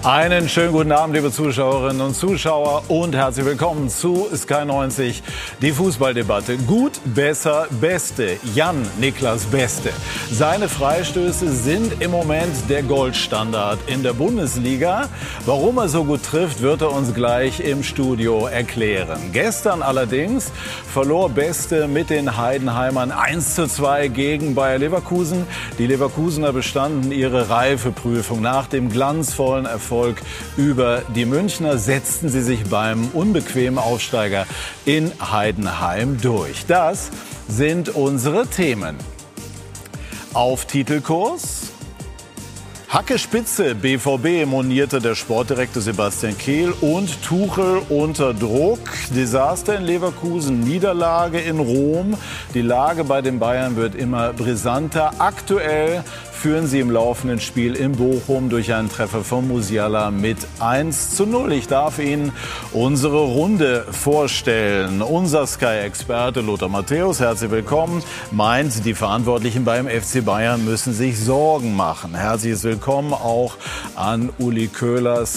Einen schönen guten Abend, liebe Zuschauerinnen und Zuschauer, und herzlich willkommen zu Sky 90, die Fußballdebatte. Gut, besser, Beste. Jan-Niklas Beste. Seine Freistöße sind im Moment der Goldstandard in der Bundesliga. Warum er so gut trifft, wird er uns gleich im Studio erklären. Gestern allerdings verlor Beste mit den Heidenheimern 1:2 gegen Bayer Leverkusen. Die Leverkusener bestanden ihre Reifeprüfung. Nach dem glanzvollen Erfolg über die Münchner setzten sie sich beim unbequemen Aufsteiger in Heidenheim durch. Das sind unsere Themen. Auf Titelkurs. Hacke Spitze, BVB, monierte der Sportdirektor Sebastian Kehl, und Tuchel unter Druck. Desaster in Leverkusen, Niederlage in Rom. Die Lage bei den Bayern wird immer brisanter. Aktuell führen sie im laufenden Spiel in Bochum durch einen Treffer von Musiala mit 1:0. Ich darf Ihnen unsere Runde vorstellen. Unser Sky-Experte Lothar Matthäus, herzlich willkommen, meint, die Verantwortlichen beim FC Bayern müssen sich Sorgen machen. Herzliches Willkommen auch an Uli Köhler,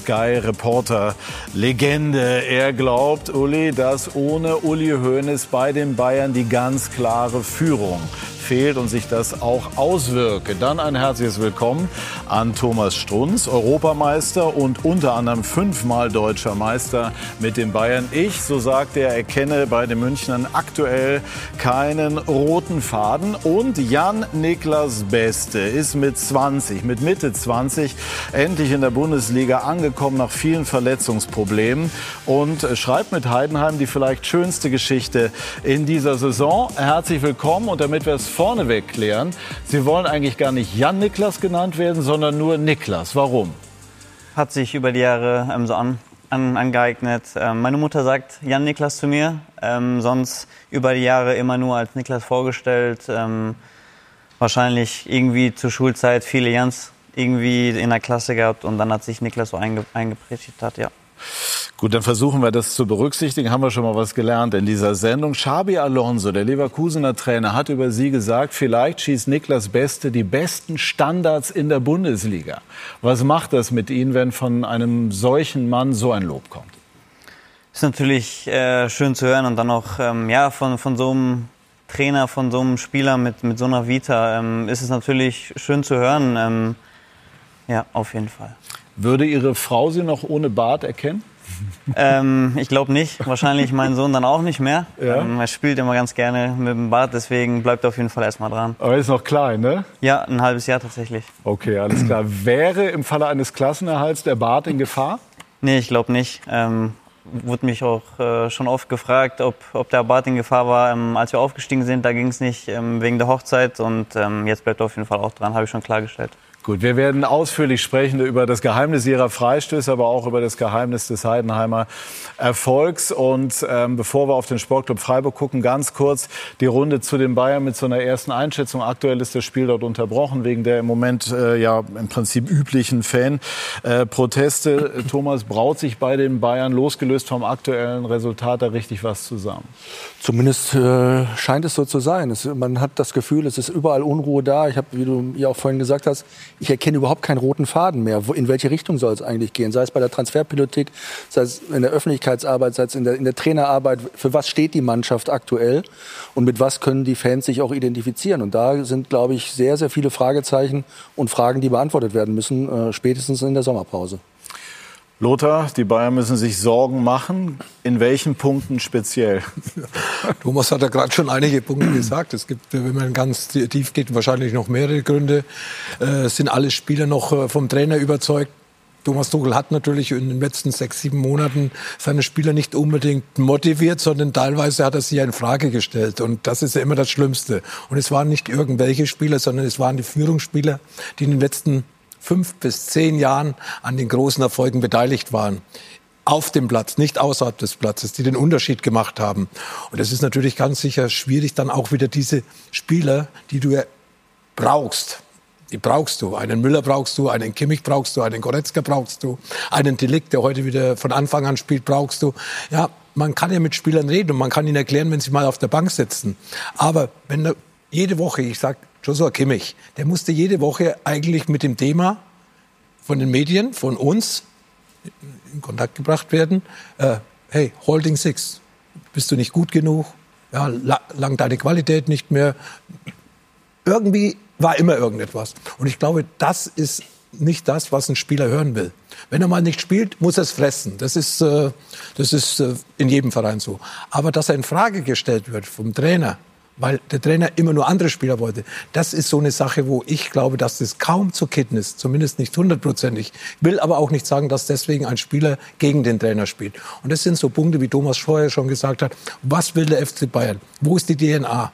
Sky-Reporter-Legende. Er glaubt, Uli, dass ohne Uli Hoeneß bei den Bayern die ganz klare Führung fehlt und sich das auch auswirke. Dann ein herzliches Willkommen an Thomas Strunz, Europameister und unter anderem 5-mal deutscher Meister mit den Bayern. Ich, so sagt er, erkenne bei den Münchnern aktuell keinen roten Faden. Und Jan-Niklas Beste ist mit Mitte 20, endlich in der Bundesliga angekommen nach vielen Verletzungsproblemen und schreibt mit Heidenheim die vielleicht schönste Geschichte in dieser Saison. Herzlich willkommen, und damit wir es vorneweg klären, Sie wollen eigentlich gar nicht Jan-Niklas genannt werden, sondern nur Niklas. Warum? Hat sich über die Jahre so angeeignet. Meine Mutter sagt Jan-Niklas zu mir, sonst über die Jahre immer nur als Niklas vorgestellt. Wahrscheinlich irgendwie zur Schulzeit viele Jans irgendwie in der Klasse gehabt, und dann hat sich Niklas so eingeprägt, ja. Gut, dann versuchen wir das zu berücksichtigen. Haben wir schon mal was gelernt in dieser Sendung. Xabi Alonso, der Leverkusener Trainer, hat über Sie gesagt, vielleicht schießt Niklas Beste die besten Standards in der Bundesliga. Was macht das mit Ihnen, wenn von einem solchen Mann so ein Lob kommt? Ist natürlich schön zu hören, und dann auch von so einem Trainer, von so einem Spieler mit so einer Vita ist es natürlich schön zu hören. Ja, auf jeden Fall. Würde Ihre Frau Sie noch ohne Bart erkennen? Ich glaube nicht. Wahrscheinlich mein Sohn dann auch nicht mehr. Ja? Er spielt immer ganz gerne mit dem Bart, deswegen bleibt er auf jeden Fall erstmal dran. Aber er ist noch klein, ne? Ja, ein halbes Jahr tatsächlich. Okay, alles klar. Wäre im Falle eines Klassenerhalts der Bart in Gefahr? Nee, ich glaube nicht. Wurde mich auch schon oft gefragt, ob der Bart in Gefahr war. Als wir aufgestiegen sind, da ging es nicht wegen der Hochzeit, und jetzt bleibt er auf jeden Fall auch dran, habe ich schon klargestellt. Gut, wir werden ausführlich sprechen über das Geheimnis Ihrer Freistöße, aber auch über das Geheimnis des Heidenheimer Erfolgs. Und bevor wir auf den Sportclub Freiburg gucken, ganz kurz die Runde zu den Bayern mit so einer ersten Einschätzung. Aktuell ist das Spiel dort unterbrochen wegen der im Moment im Prinzip üblichen Fan-Proteste. Thomas, braut sich bei den Bayern losgelöst vom aktuellen Resultat da richtig was zusammen? Zumindest scheint es so zu sein. Man hat das Gefühl, es ist überall Unruhe da. Ich habe, wie du ja auch vorhin gesagt hast, ich erkenne überhaupt keinen roten Faden mehr. In welche Richtung soll es eigentlich gehen? Sei es bei der Transferpolitik, sei es in der Öffentlichkeitsarbeit, sei es in der Trainerarbeit. Für was steht die Mannschaft aktuell? Und mit was können die Fans sich auch identifizieren? Und da sind, glaube ich, sehr, sehr viele Fragezeichen und Fragen, die beantwortet werden müssen, spätestens in der Sommerpause. Lothar, die Bayern müssen sich Sorgen machen. In welchen Punkten speziell? Thomas hat ja gerade schon einige Punkte gesagt. Es gibt, wenn man ganz tief geht, wahrscheinlich noch mehrere Gründe. Es sind alle Spieler noch vom Trainer überzeugt. Thomas Tuchel hat natürlich in den letzten 6-7 Monaten seine Spieler nicht unbedingt motiviert, sondern teilweise hat er sie ja in Frage gestellt. Und das ist ja immer das Schlimmste. Und es waren nicht irgendwelche Spieler, sondern es waren die Führungsspieler, die in den letzten 5 bis 10 Jahren an den großen Erfolgen beteiligt waren. Auf dem Platz, nicht außerhalb des Platzes, die den Unterschied gemacht haben. Und es ist natürlich ganz sicher schwierig, dann auch wieder diese Spieler, die du ja brauchst. Die brauchst du. Einen Müller brauchst du, einen Kimmich brauchst du, einen Goretzka brauchst du, einen De Ligt, der heute wieder von Anfang an spielt, brauchst du. Ja, man kann ja mit Spielern reden und man kann ihnen erklären, wenn sie mal auf der Bank sitzen. Aber wenn du jede Woche, ich sag Joshua Kimmich, der musste jede Woche eigentlich mit dem Thema von den Medien, von uns, in Kontakt gebracht werden. Hey, Holding Six, bist du nicht gut genug? Ja, langt deine Qualität nicht mehr? Irgendwie war immer irgendetwas. Und ich glaube, das ist nicht das, was ein Spieler hören will. Wenn er mal nicht spielt, muss er es fressen. Das ist in jedem Verein so. Aber dass er in Frage gestellt wird vom Trainer, weil der Trainer immer nur andere Spieler wollte, das ist so eine Sache, wo ich glaube, dass das kaum zu kitten ist, zumindest nicht 100%. Ich will aber auch nicht sagen, dass deswegen ein Spieler gegen den Trainer spielt. Und das sind so Punkte, wie Thomas vorher schon gesagt hat. Was will der FC Bayern? Wo ist die DNA?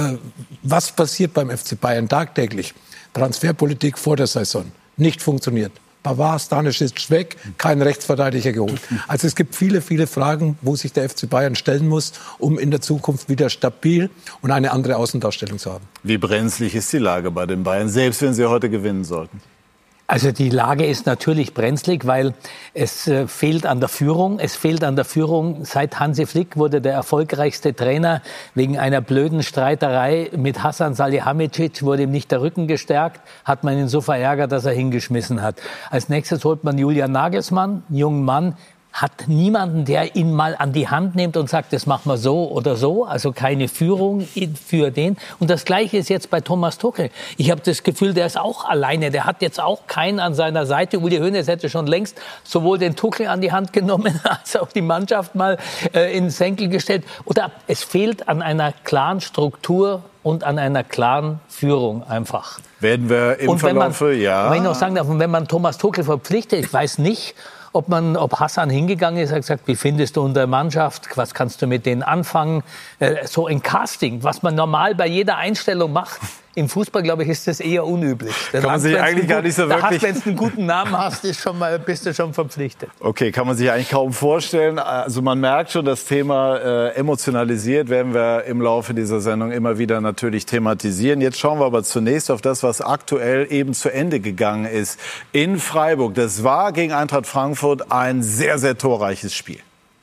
Was passiert beim FC Bayern tagtäglich? Transferpolitik vor der Saison. Nicht funktioniert. Pavard, Stanisic weg, kein Rechtsverteidiger geholt. Also es gibt viele, viele Fragen, wo sich der FC Bayern stellen muss, um in der Zukunft wieder stabil und eine andere Außendarstellung zu haben. Wie brenzlig ist die Lage bei den Bayern, selbst wenn sie heute gewinnen sollten? Also die Lage ist natürlich brenzlig, weil es fehlt an der Führung. Es fehlt an der Führung. Seit Hansi Flick wurde der erfolgreichste Trainer wegen einer blöden Streiterei mit Hasan Salihamidzic, wurde ihm nicht der Rücken gestärkt, hat man ihn so verärgert, dass er hingeschmissen hat. Als nächstes holt man Julian Nagelsmann, einen jungen Mann, hat niemanden, der ihn mal an die Hand nimmt und sagt, das machen wir so oder so. Also keine Führung für den. Und das Gleiche ist jetzt bei Thomas Tuchel. Ich habe das Gefühl, der ist auch alleine. Der hat jetzt auch keinen an seiner Seite. Uli Hoeneß hätte schon längst sowohl den Tuchel an die Hand genommen, als auch die Mannschaft mal in den Senkel gestellt. Oder es fehlt an einer klaren Struktur und an einer klaren Führung einfach. Werden wir im Verlaufe, ja. Wenn ich noch sagen darf, wenn man Thomas Tuchel verpflichtet, ich weiß nicht, ob Hasan hingegangen ist, hat gesagt, wie findest du unsere Mannschaft, was kannst du mit denen anfangen? So ein Casting, was man normal bei jeder Einstellung macht. Im Fußball, glaube ich, ist das eher unüblich. Kann man sich eigentlich gar nicht so wirklich... Wenn du einen guten Namen hast, bist du schon verpflichtet. Okay, kann man sich eigentlich kaum vorstellen. Also man merkt schon, das Thema emotionalisiert, werden wir im Laufe dieser Sendung immer wieder natürlich thematisieren. Jetzt schauen wir aber zunächst auf das, was aktuell eben zu Ende gegangen ist. In Freiburg, das war gegen Eintracht Frankfurt ein sehr, sehr torreiches Spiel.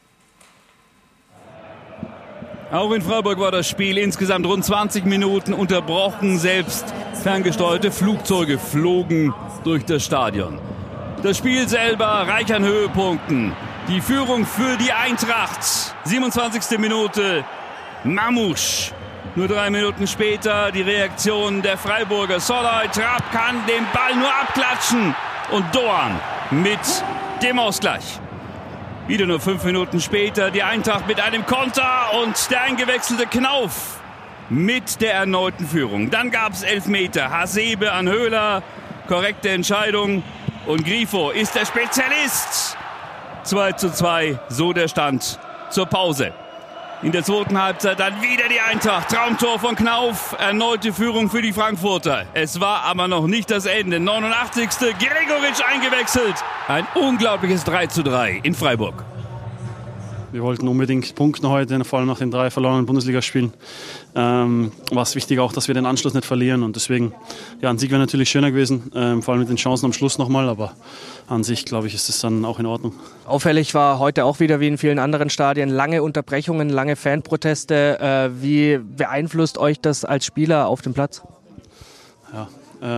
Auch in Freiburg war das Spiel insgesamt rund 20 Minuten unterbrochen. Selbst ferngesteuerte Flugzeuge flogen durch das Stadion. Das Spiel selber reich an Höhepunkten. Die Führung für die Eintracht. 27. Minute. Mamouche. Nur 3 Minuten später die Reaktion der Freiburger. Soloy Trapp kann den Ball nur abklatschen. Und Doan mit dem Ausgleich. Wieder nur 5 Minuten später die Eintracht mit einem Konter und der eingewechselte Knauf mit der erneuten Führung. Dann gab es Elfmeter. Hasebe an Höhler, korrekte Entscheidung. Und Grifo ist der Spezialist. 2:2, so der Stand zur Pause. In der zweiten Halbzeit dann wieder die Eintracht. Traumtor von Knauf, erneute Führung für die Frankfurter. Es war aber noch nicht das Ende. 89. Gregoritsch eingewechselt. Ein unglaubliches 3:3 in Freiburg. Wir wollten unbedingt punkten heute, vor allem nach den 3 verlorenen Bundesligaspielen. War es wichtig auch, dass wir den Anschluss nicht verlieren. Und deswegen, ja, ein Sieg wäre natürlich schöner gewesen, vor allem mit den Chancen am Schluss nochmal. Aber an sich, glaube ich, ist es dann auch in Ordnung. Auffällig war heute auch wieder wie in vielen anderen Stadien lange Unterbrechungen, lange Fanproteste. Wie beeinflusst euch das als Spieler auf dem Platz? Ja,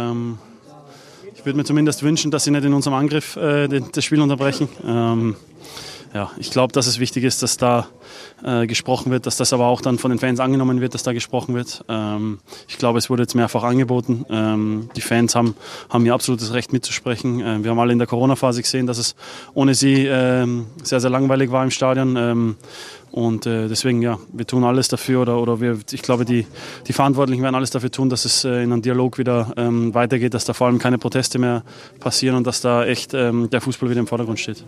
ich würde mir zumindest wünschen, dass sie nicht in unserem Angriff das Spiel unterbrechen. Ja, ich glaube, dass es wichtig ist, dass da gesprochen wird, dass das aber auch dann von den Fans angenommen wird, dass da gesprochen wird. Ich glaube, es wurde jetzt mehrfach angeboten. Die Fans haben hier absolutes Recht mitzusprechen. Wir haben alle in der Corona-Phase gesehen, dass es ohne sie sehr, sehr langweilig war im Stadion. Und deswegen, ja, wir tun alles dafür ich glaube, die Verantwortlichen werden alles dafür tun, dass es in einem Dialog wieder weitergeht, dass da vor allem keine Proteste mehr passieren und dass da echt der Fußball wieder im Vordergrund steht.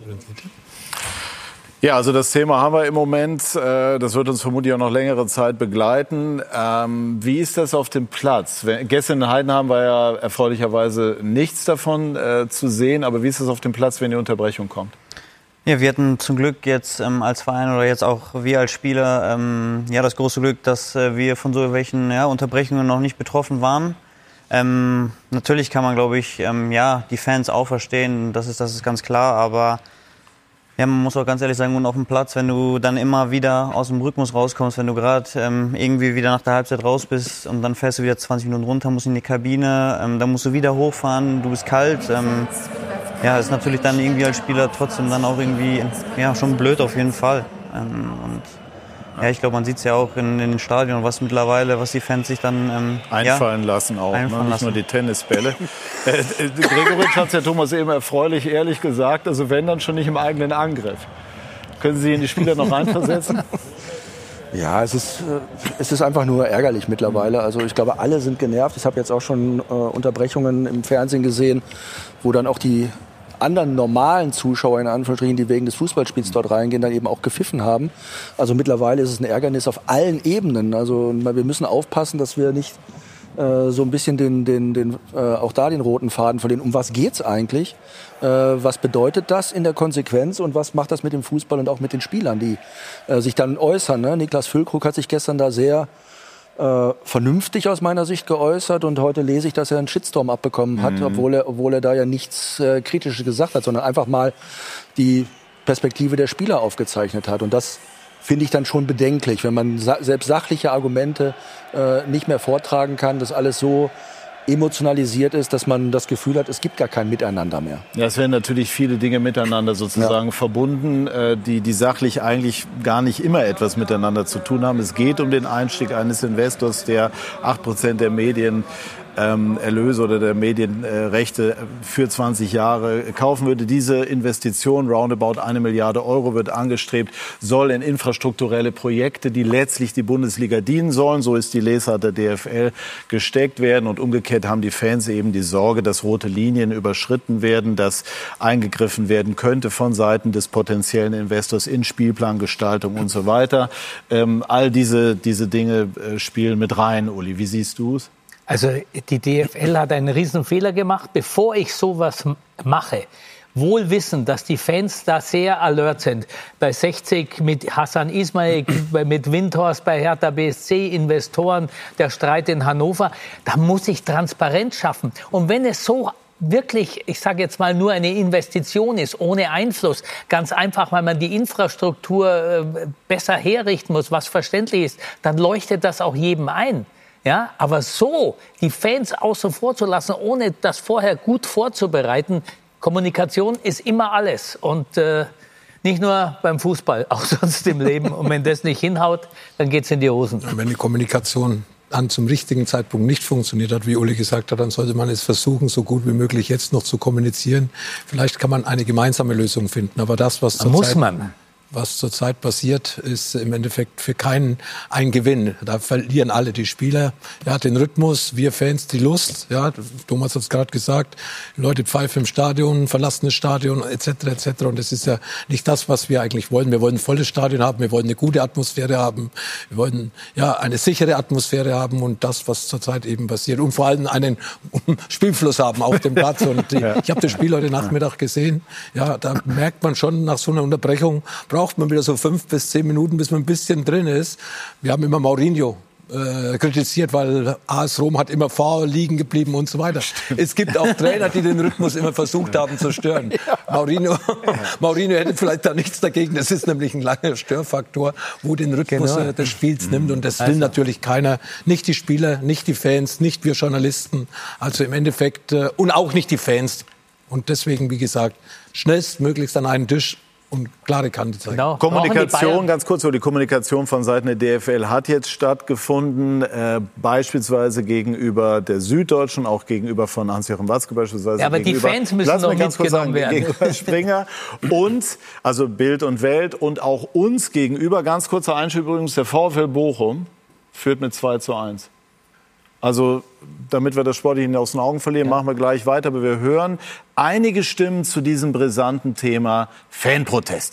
Ja, also das Thema haben wir im Moment. Das wird uns vermutlich auch noch längere Zeit begleiten. Wie ist das auf dem Platz? Gestern in Heidenheim war ja erfreulicherweise nichts davon zu sehen. Aber wie ist das auf dem Platz, wenn die Unterbrechung kommt? Ja, wir hatten zum Glück jetzt als Verein oder jetzt auch wir als Spieler das große Glück, dass wir von so welchen Unterbrechungen noch nicht betroffen waren. Natürlich kann man, glaube ich, die Fans auch verstehen. Das ist ganz klar. Aber ja, man muss auch ganz ehrlich sagen, und auf dem Platz, wenn du dann immer wieder aus dem Rhythmus rauskommst, wenn du gerade irgendwie wieder nach der Halbzeit raus bist und dann fährst du wieder 20 Minuten runter, musst in die Kabine, dann musst du wieder hochfahren, du bist kalt. ja, ist natürlich dann irgendwie als Spieler trotzdem dann auch irgendwie, ja, schon blöd auf jeden Fall. Und ja, ich glaube, man sieht es ja auch in den Stadien, was die Fans sich dann einfallen lassen auch, nicht nur die Tennisbälle. Gregoritsch hat es ja Thomas eben erfreulich ehrlich gesagt, also wenn dann schon nicht im eigenen Angriff. Können Sie in die Spieler noch reinversetzen? Ja, es ist einfach nur ärgerlich mittlerweile. Also ich glaube, alle sind genervt. Ich habe jetzt auch schon Unterbrechungen im Fernsehen gesehen, wo dann auch die anderen normalen Zuschauer, in Anführungsstrichen, die wegen des Fußballspiels dort reingehen, dann eben auch gepfiffen haben. Also mittlerweile ist es ein Ärgernis auf allen Ebenen. Also wir müssen aufpassen, dass wir nicht so ein bisschen auch da den roten Faden verlieren. Um was geht's eigentlich? Was bedeutet das in der Konsequenz und was macht das mit dem Fußball und auch mit den Spielern, die sich dann äußern? Ne? Niklas Füllkrug hat sich gestern da sehr vernünftig aus meiner Sicht geäußert und heute lese ich, dass er einen Shitstorm abbekommen hat, obwohl er da ja nichts Kritisches gesagt hat, sondern einfach mal die Perspektive der Spieler aufgezeichnet hat. Und das finde ich dann schon bedenklich, wenn man selbst sachliche Argumente nicht mehr vortragen kann, dass alles so emotionalisiert ist, dass man das Gefühl hat, es gibt gar kein Miteinander mehr. Ja, es werden natürlich viele Dinge miteinander sozusagen verbunden, die sachlich eigentlich gar nicht immer etwas miteinander zu tun haben. Es geht um den Einstieg eines Investors, der 8% der Medienerlöse oder der Medienrechte für 20 Jahre kaufen würde. Diese Investition, roundabout 1 Milliarde Euro, wird angestrebt, soll in infrastrukturelle Projekte, die letztlich die Bundesliga dienen sollen, so ist die Lesart der DFL, gesteckt werden. Und umgekehrt haben die Fans eben die Sorge, dass rote Linien überschritten werden, dass eingegriffen werden könnte von Seiten des potenziellen Investors in Spielplangestaltung und so weiter. All diese Dinge spielen mit rein. Uli, wie siehst du es? Also die DFL hat einen riesen Fehler gemacht, bevor ich sowas mache. Wohl wissend, dass die Fans da sehr alert sind. Bei 60 mit Hassan Ismail, mit Windhorst bei Hertha BSC, Investoren, der Streit in Hannover. Da muss ich Transparenz schaffen. Und wenn es so wirklich, ich sage jetzt mal, nur eine Investition ist, ohne Einfluss, ganz einfach, weil man die Infrastruktur besser herrichten muss, was verständlich ist, dann leuchtet das auch jedem ein. Ja, aber so die Fans außen vor zu lassen, ohne das vorher gut vorzubereiten, Kommunikation ist immer alles. Und nicht nur beim Fußball, auch sonst im Leben. Und wenn das nicht hinhaut, dann geht's in die Hosen. Wenn die Kommunikation dann zum richtigen Zeitpunkt nicht funktioniert hat, wie Uli gesagt hat, dann sollte man es versuchen, so gut wie möglich jetzt noch zu kommunizieren. Vielleicht kann man eine gemeinsame Lösung finden. Aber das, was zurzeit passiert, ist im Endeffekt für keinen ein Gewinn. Da verlieren alle, die Spieler, den Rhythmus, wir Fans die Lust. Ja, Thomas hat es gerade gesagt, Leute pfeifen im Stadion, verlassen das Stadion etc. etc. Und das ist ja nicht das, was wir eigentlich wollen. Wir wollen ein volles Stadion haben, wir wollen eine gute Atmosphäre haben, wir wollen eine sichere Atmosphäre haben und das, was zurzeit eben passiert. Und vor allem einen Spielfluss haben auf dem Platz. Und ich habe das Spiel heute Nachmittag gesehen. Ja, da merkt man schon, nach so einer Unterbrechung braucht man wieder so 5 bis 10 Minuten, bis man ein bisschen drin ist. Wir haben immer Mourinho kritisiert, weil AS Rom hat immer liegen geblieben und so weiter. Es gibt auch Trainer, die den Rhythmus immer versucht haben zu stören. Mourinho hätte vielleicht da nichts dagegen. Das ist nämlich ein langer Störfaktor, wo den Rhythmus des Spiels nimmt. Und das will natürlich keiner. Nicht die Spieler, nicht die Fans, nicht wir Journalisten. Also im Endeffekt, und auch nicht die Fans. Und deswegen, wie gesagt, schnellstmöglichst an einen Tisch und klare Kante zeigen. Genau. Kommunikation, ganz kurz, die Kommunikation von Seiten der DFL hat jetzt stattgefunden, beispielsweise gegenüber der Süddeutschen, auch gegenüber von Hans-Joachim Watzke beispielsweise. Ja, aber die Fans müssen noch mitgenommen werden. Gegenüber Springer und, also Bild und Welt und auch uns gegenüber, ganz kurzer Einschub übrigens, der VfL Bochum führt mit 2:1. Also, damit wir das Sportliche nicht aus den Augen verlieren, machen wir gleich weiter. Aber wir hören einige Stimmen zu diesem brisanten Thema Fanproteste.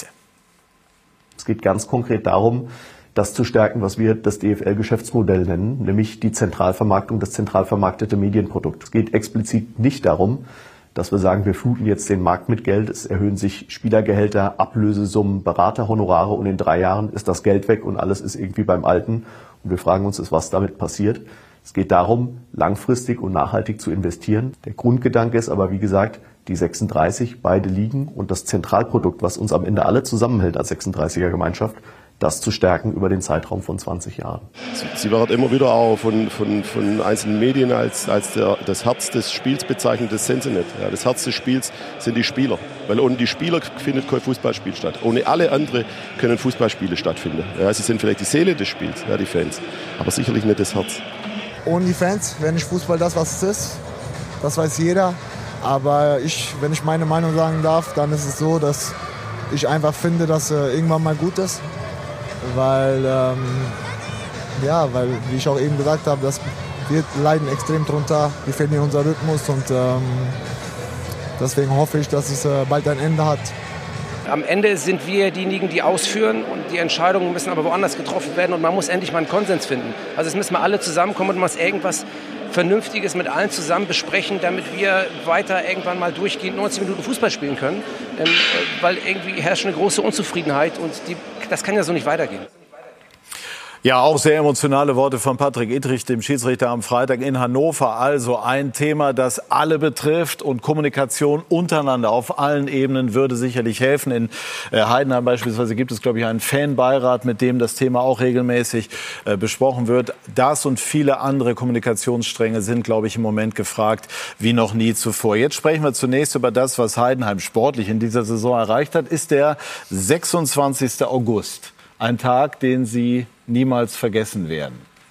Es geht ganz konkret darum, das zu stärken, was wir das DFL-Geschäftsmodell nennen, nämlich die Zentralvermarktung, das zentral vermarktete Medienprodukt. Es geht explizit nicht darum, dass wir sagen, wir fluten jetzt den Markt mit Geld, es erhöhen sich Spielergehälter, Ablösesummen, Beraterhonorare und in 3 Jahren ist das Geld weg und alles ist irgendwie beim Alten. Und wir fragen uns, was damit passiert. Es geht darum, langfristig und nachhaltig zu investieren. Der Grundgedanke ist aber, wie gesagt, die 36, beide Ligen und das Zentralprodukt, was uns am Ende alle zusammenhält als 36er Gemeinschaft, das zu stärken über den Zeitraum von 20 Jahren. Sie wird immer wieder auch von einzelnen Medien als das Herz des Spiels bezeichnet. Das sind sie nicht. Ja, das Herz des Spiels sind die Spieler. Weil ohne die Spieler findet kein Fußballspiel statt. Ohne alle anderen können Fußballspiele stattfinden. Ja, sie sind vielleicht die Seele des Spiels, ja, die Fans, aber sicherlich nicht das Herz. Ohne die Fans wäre nicht Fußball das, was es ist. Das weiß jeder. Aber wenn ich meine Meinung sagen darf, dann ist es so, dass ich einfach finde, dass irgendwann mal gut ist. Weil, wie ich auch eben gesagt habe, wir leiden extrem drunter, wir verlieren unseren Rhythmus und deswegen hoffe ich, dass es bald ein Ende hat. Am Ende sind wir diejenigen, die ausführen und die Entscheidungen müssen aber woanders getroffen werden und man muss endlich mal einen Konsens finden. Also es müssen mal alle zusammenkommen und man muss irgendwas Vernünftiges mit allen zusammen besprechen, damit wir weiter irgendwann mal durchgehend 90 Minuten Fußball spielen können. Weil irgendwie herrscht eine große Unzufriedenheit und das kann ja so nicht weitergehen. Ja, auch sehr emotionale Worte von Patrick Ittrich, dem Schiedsrichter am Freitag in Hannover. Also ein Thema, das alle betrifft und Kommunikation untereinander auf allen Ebenen würde sicherlich helfen. In Heidenheim beispielsweise gibt es, glaube ich, einen Fanbeirat, mit dem das Thema auch regelmäßig besprochen wird. Das und viele andere Kommunikationsstränge sind, glaube ich, im Moment gefragt wie noch nie zuvor. Jetzt sprechen wir zunächst über das, was Heidenheim sportlich in dieser Saison erreicht hat. Ist der 26. August. Ein Tag, den Sie niemals vergessen werden.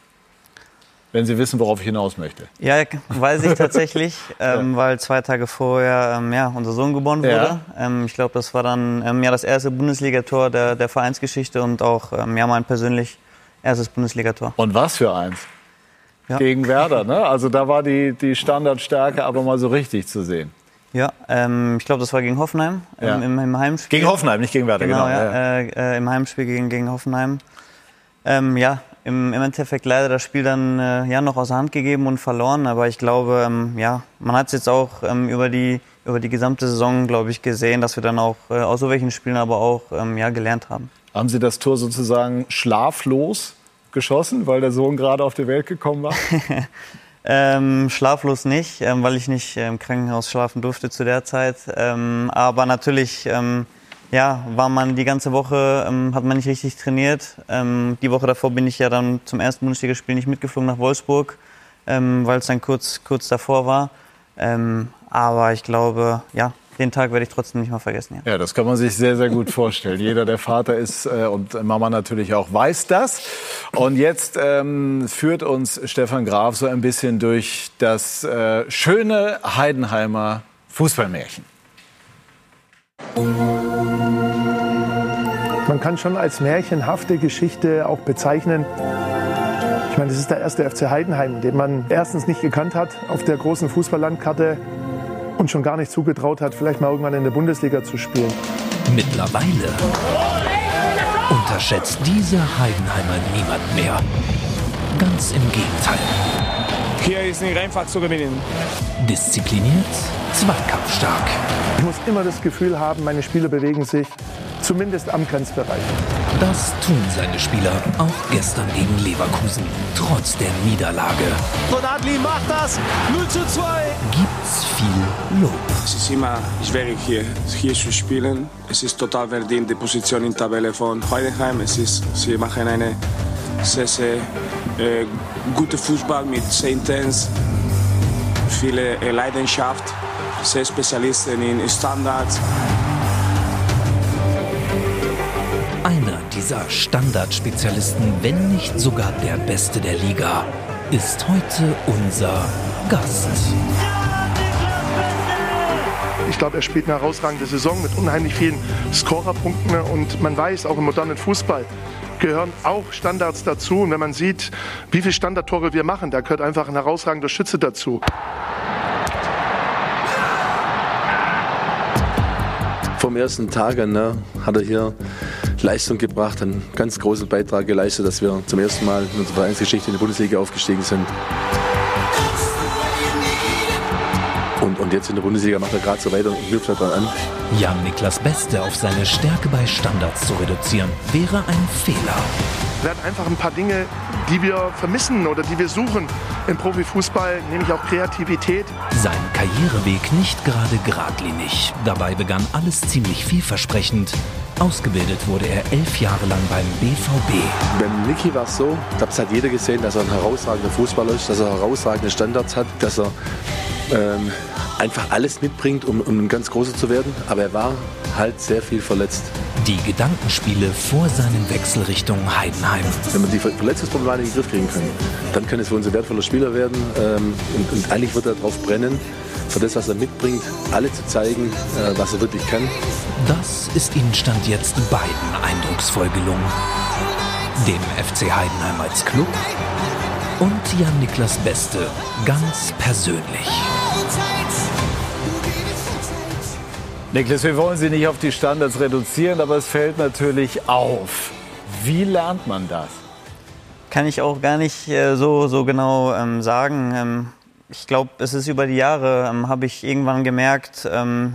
Wenn Sie wissen, worauf ich hinaus möchte. Ja, weiß ich tatsächlich, weil 2 Tage vorher unser Sohn geboren wurde. Ja. Ich glaube, das war dann das erste Bundesligator der Vereinsgeschichte und auch mein persönlich erstes Bundesligator. Und was für eins? Ja. Gegen Werder, ne? Also da war die Standardstärke aber mal so richtig zu sehen. Ja, ich glaube, das war gegen Hoffenheim im Heimspiel. Gegen Hoffenheim, nicht gegen Werder, genau. Im Heimspiel gegen Hoffenheim. Im Endeffekt leider das Spiel dann noch aus der Hand gegeben und verloren. Aber ich glaube, man hat es jetzt auch über die gesamte Saison, glaube ich, gesehen, dass wir dann auch aus so welchen Spielen aber auch gelernt haben. Haben Sie das Tor sozusagen schlaflos geschossen, weil der Sohn gerade auf die Welt gekommen war? Schlaflos nicht, weil ich nicht im Krankenhaus schlafen durfte zu der Zeit. Aber natürlich war man die ganze Woche, hat man nicht richtig trainiert. Die Woche davor bin ich ja dann zum ersten Bundesligaspiel nicht mitgeflogen nach Wolfsburg, weil es dann kurz davor war. Aber ich glaube, den Tag werde ich trotzdem nicht mal vergessen. Ja, das kann man sich sehr, sehr gut vorstellen. Jeder, der Vater ist und Mama natürlich auch, weiß das. Und jetzt führt uns Stefan Graf so ein bisschen durch das schöne Heidenheimer Fußballmärchen. Man kann schon als märchenhafte Geschichte auch bezeichnen. Ich meine, das ist der erste FC Heidenheim, den man erstens nicht gekannt hat auf der großen Fußballlandkarte und schon gar nicht zugetraut hat, vielleicht mal irgendwann in der Bundesliga zu spielen. Mittlerweile unterschätzt diese Heidenheimer niemand mehr. Ganz im Gegenteil. Hier ist nicht einfach zu gewinnen. Diszipliniert, zweikampfstark. Ich muss immer das Gefühl haben, meine Spieler bewegen sich zumindest am Grenzbereich. Das tun seine Spieler auch gestern gegen Leverkusen, trotz der Niederlage. Donadli macht das, 0:2. Gibt's viel Lob. Es ist immer schwierig hier zu spielen. Es ist total verdient, die Position in der Tabelle von Heidenheim. Sie machen eine sehr, sehr gute Fußball mit sehr intens, viele Leidenschaft, sehr Spezialisten in Standards. Einer dieser Standardspezialisten, wenn nicht sogar der Beste der Liga, ist heute unser Gast. Ich glaube, er spielt eine herausragende Saison mit unheimlich vielen Scorerpunkten. Und man weiß, auch im modernen Fußball gehören auch Standards dazu. Und wenn man sieht, wie viele Standardtore wir machen, da gehört einfach ein herausragender Schütze dazu. Vom ersten Tag an hat er hier Leistung gebracht, einen ganz großen Beitrag geleistet, dass wir zum ersten Mal in unserer Vereinsgeschichte in die Bundesliga aufgestiegen sind. Und jetzt in der Bundesliga macht er gerade so weiter und knüpft daran an. Jan-Niklas Beste auf seine Stärke bei Standards zu reduzieren, wäre ein Fehler. Wir haben einfach ein paar Dinge, die wir vermissen oder die wir suchen im Profifußball, nämlich auch Kreativität. Sein Karriereweg nicht gerade geradlinig. Dabei begann alles ziemlich vielversprechend. Ausgebildet wurde er 11 Jahre lang beim BVB. Beim Niki war es so, ich glaube, es hat jeder gesehen, dass er ein herausragender Fußballer ist, dass er herausragende Standards hat, dass er einfach alles mitbringt, um ein ganz Großer zu werden. Aber er war halt sehr viel verletzt. Die Gedankenspiele vor seinem Wechsel Richtung Heidenheim. Wenn wir die Verletzungsproblematik in den Griff kriegen können, dann kann es für uns ein wertvoller Spieler werden. Und eigentlich wird er darauf brennen, für das, was er mitbringt, alle zu zeigen, was er wirklich kann. Das ist ihnen Stand jetzt beiden eindrucksvoll gelungen. Dem FC Heidenheim als Club und Jan-Niklas Beste ganz persönlich. Niklas, wir wollen Sie nicht auf die Standards reduzieren, aber es fällt natürlich auf. Wie lernt man das? Kann ich auch gar nicht so genau sagen. Ich glaube, es ist über die Jahre, habe ich irgendwann gemerkt,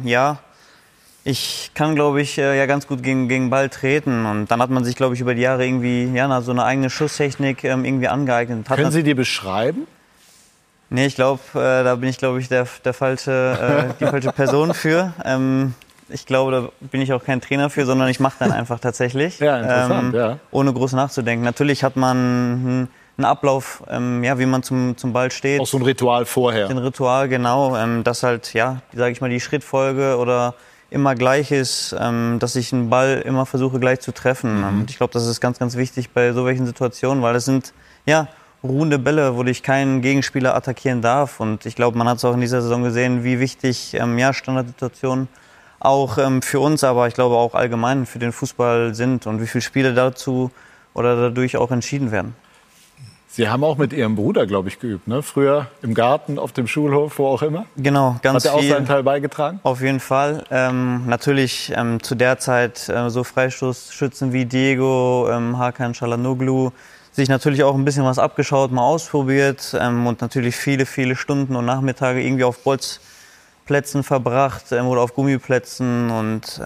ich kann, glaube ich, ganz gut gegen Ball treten. Und dann hat man sich, glaube ich, über die Jahre irgendwie so eine eigene Schusstechnik irgendwie angeeignet. Können Sie die beschreiben? Nee, ich glaube, da bin ich, die falsche Person für. Ich glaube, da bin ich auch kein Trainer für, sondern ich mache dann einfach tatsächlich. Ja, interessant, ja. Ohne groß nachzudenken. Natürlich hat man einen Ablauf, wie man zum Ball steht. Auch so ein Ritual vorher. Ein Ritual, genau. Das halt, sage ich mal, die Schrittfolge oder immer gleich ist, dass ich einen Ball immer versuche gleich zu treffen. Und ich glaube, das ist ganz, ganz wichtig bei so welchen Situationen, weil das sind, ruhende Bälle, wo dich kein Gegenspieler attackieren darf. Und ich glaube, man hat es auch in dieser Saison gesehen, wie wichtig Standardsituationen auch für uns, aber ich glaube auch allgemein für den Fußball sind und wie viele Spiele dazu oder dadurch auch entschieden werden. Sie haben auch mit Ihrem Bruder, glaube ich, geübt, ne? Früher im Garten, auf dem Schulhof, wo auch immer? Genau, ganz viel. Hat er auch seinen Teil beigetragen? Auf jeden Fall. Natürlich zu der Zeit so Freistoßschützen wie Diego, Hakan Çalhanoğlu, sich natürlich auch ein bisschen was abgeschaut, mal ausprobiert und natürlich viele, viele Stunden und Nachmittage irgendwie auf Bolzplätzen verbracht oder auf Gummiplätzen und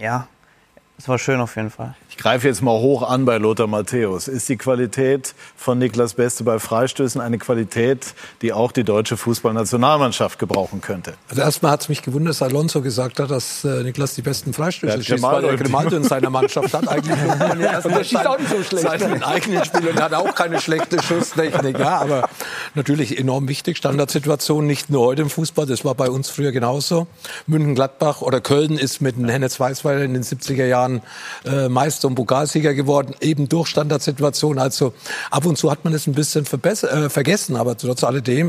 es war schön auf jeden Fall. Ich greife jetzt mal hoch an bei Lothar Matthäus. Ist die Qualität von Niklas Beste bei Freistößen eine Qualität, die auch die deutsche Fußballnationalmannschaft gebrauchen könnte? Also erstmal hat es mich gewundert, dass Alonso gesagt hat, dass Niklas die besten Freistöße schießt, weil er Grimaldo in seiner Mannschaft hat. Eigentlich und der schießt auch nicht so schlecht. Seinen eigenen Spiel und hat auch keine schlechte Schusstechnik. Ja, aber natürlich enorm wichtig. Standardsituation, nicht nur heute im Fußball, das war bei uns früher genauso. München-Gladbach oder Köln ist mit dem Hennes Weisweiler in den 70er Jahren Meister und Pokalsieger geworden, eben durch Standardsituationen. Also ab und zu hat man es ein bisschen vergessen, aber trotz alledem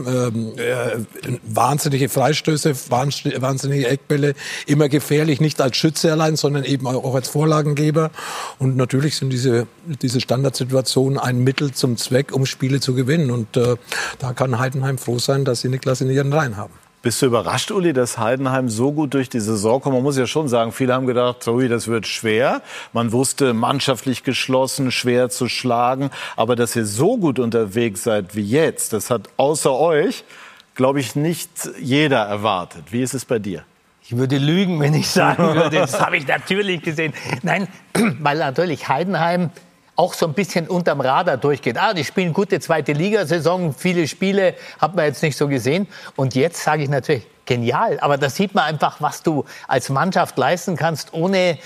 wahnsinnige Freistöße, wahnsinnige Eckbälle, immer gefährlich, nicht als Schütze allein, sondern eben auch als Vorlagengeber. Und natürlich sind diese Standardsituationen ein Mittel zum Zweck, um Spiele zu gewinnen. Und da kann Heidenheim froh sein, dass sie Niklas in ihren Reihen haben. Bist du überrascht, Uli, dass Heidenheim so gut durch die Saison kommt? Man muss ja schon sagen, viele haben gedacht, das wird schwer. Man wusste, mannschaftlich geschlossen, schwer zu schlagen. Aber dass ihr so gut unterwegs seid wie jetzt, das hat außer euch, glaube ich, nicht jeder erwartet. Wie ist es bei dir? Ich würde lügen, wenn ich sagen würde, das habe ich natürlich gesehen. Nein, weil natürlich Heidenheim auch so ein bisschen unterm Radar durchgeht. Die spielen gute zweite Ligasaison, viele Spiele hat man jetzt nicht so gesehen. Und jetzt sage ich natürlich, genial. Aber da sieht man einfach, was du als Mannschaft leisten kannst, ohne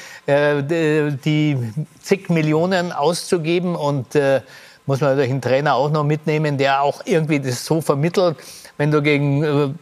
die zig Millionen auszugeben. Und muss man natürlich einen Trainer auch noch mitnehmen, der auch irgendwie das so vermittelt, wenn du gegen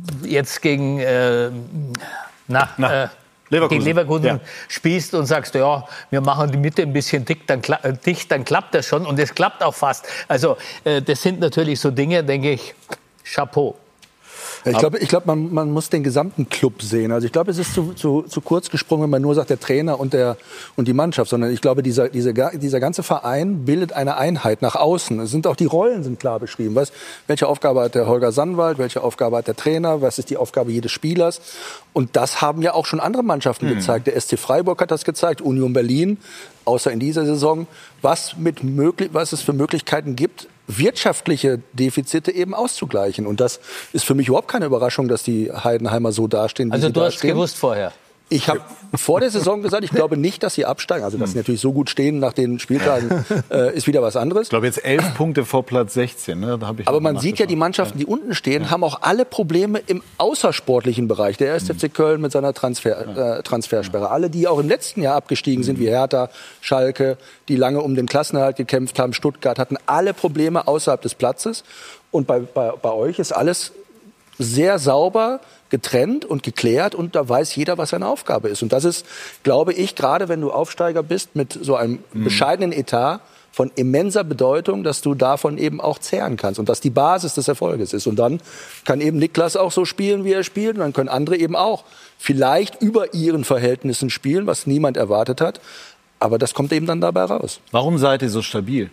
Leverkusen spielst und sagst, wir machen die Mitte ein bisschen dicht, dann klappt das schon. Und es klappt auch fast. Also das sind natürlich so Dinge, denke ich, Chapeau. Ich glaube, man muss den gesamten Club sehen. Also ich glaube, es ist zu kurz gesprungen, wenn man nur sagt, der Trainer und die Mannschaft, sondern ich glaube, dieser ganze Verein bildet eine Einheit nach außen. Die Rollen sind klar beschrieben. Welche Aufgabe hat der Holger Sandwald, welche Aufgabe hat der Trainer, was ist die Aufgabe jedes Spielers? Und das haben ja auch schon andere Mannschaften gezeigt. Der SC Freiburg hat das gezeigt, Union Berlin, außer in dieser Saison, was es für Möglichkeiten gibt, wirtschaftliche Defizite eben auszugleichen. Und das ist für mich überhaupt keine Überraschung, dass die Heidenheimer so dastehen, wie sie dastehen. Also du hast gewusst vorher? Ich habe vor der Saison gesagt, ich glaube nicht, dass sie absteigen. Also, dass sie natürlich so gut stehen nach den Spieltagen, ist wieder was anderes. Ich glaube, jetzt 11 Punkte vor Platz 16. Ne? Da hab ich aber man sieht ja, die Mannschaften, die unten stehen, haben auch alle Probleme im außersportlichen Bereich. Der 1. FC Köln mit seiner Transfersperre. Alle, die auch im letzten Jahr abgestiegen sind, wie Hertha, Schalke, die lange um den Klassenerhalt gekämpft haben, Stuttgart, hatten alle Probleme außerhalb des Platzes. Und bei euch ist alles sehr sauber getrennt und geklärt und da weiß jeder, was seine Aufgabe ist. Und das ist, glaube ich, gerade wenn du Aufsteiger bist mit so einem bescheidenen Etat von immenser Bedeutung, dass du davon eben auch zehren kannst und dass die Basis des Erfolges ist. Und dann kann eben Niklas auch so spielen, wie er spielt und dann können andere eben auch vielleicht über ihren Verhältnissen spielen, was niemand erwartet hat. Aber das kommt eben dann dabei raus. Warum seid ihr so stabil?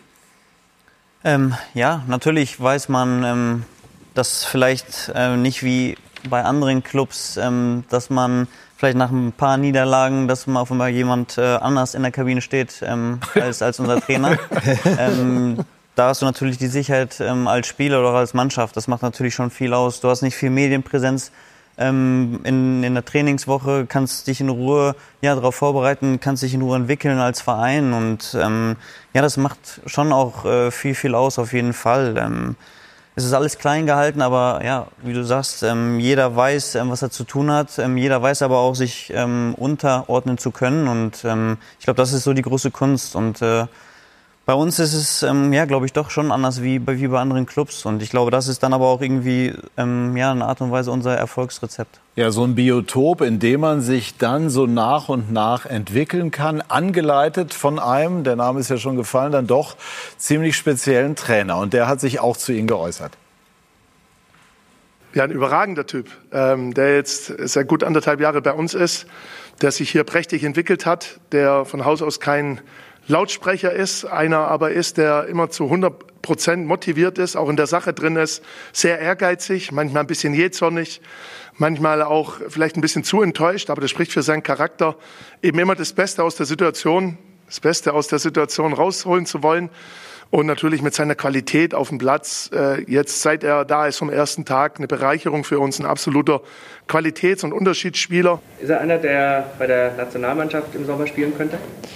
Ja, natürlich weiß man, dass vielleicht nicht wie bei anderen Clubs, dass man vielleicht nach ein paar Niederlagen, dass mal auf einmal jemand anders in der Kabine steht als unser Trainer. Da hast du natürlich die Sicherheit als Spieler oder als Mannschaft. Das macht natürlich schon viel aus. Du hast nicht viel Medienpräsenz in der Trainingswoche, kannst dich in Ruhe darauf vorbereiten, kannst dich in Ruhe entwickeln als Verein. Und das macht schon auch viel aus auf jeden Fall. Es ist alles klein gehalten, aber ja, wie du sagst, jeder weiß, was er zu tun hat. Jeder weiß aber auch, sich unterordnen zu können. Und ich glaube, das ist so die große Kunst. Und bei uns ist es, glaube ich, doch schon anders wie bei anderen Clubs. Und ich glaube, das ist dann aber auch irgendwie eine Art und Weise unser Erfolgsrezept. Ja, so ein Biotop, in dem man sich dann so nach und nach entwickeln kann, angeleitet von einem, der Name ist ja schon gefallen, dann doch ziemlich speziellen Trainer. Und der hat sich auch zu Ihnen geäußert. Ja, ein überragender Typ, der jetzt seit gut 1,5 Jahre bei uns ist, der sich hier prächtig entwickelt hat, der von Haus aus kein Lautsprecher ist, einer aber ist, der immer zu 100% motiviert ist, auch in der Sache drin ist, sehr ehrgeizig, manchmal ein bisschen jähzornig, manchmal auch vielleicht ein bisschen zu enttäuscht, aber das spricht für seinen Charakter, eben immer das Beste aus der Situation rausholen zu wollen und natürlich mit seiner Qualität auf dem Platz, jetzt seit er da ist vom ersten Tag, eine Bereicherung für uns, ein absoluter Qualitäts- und Unterschiedsspieler. Ist er einer, der bei der Nationalmannschaft im Sommer spielen könnte?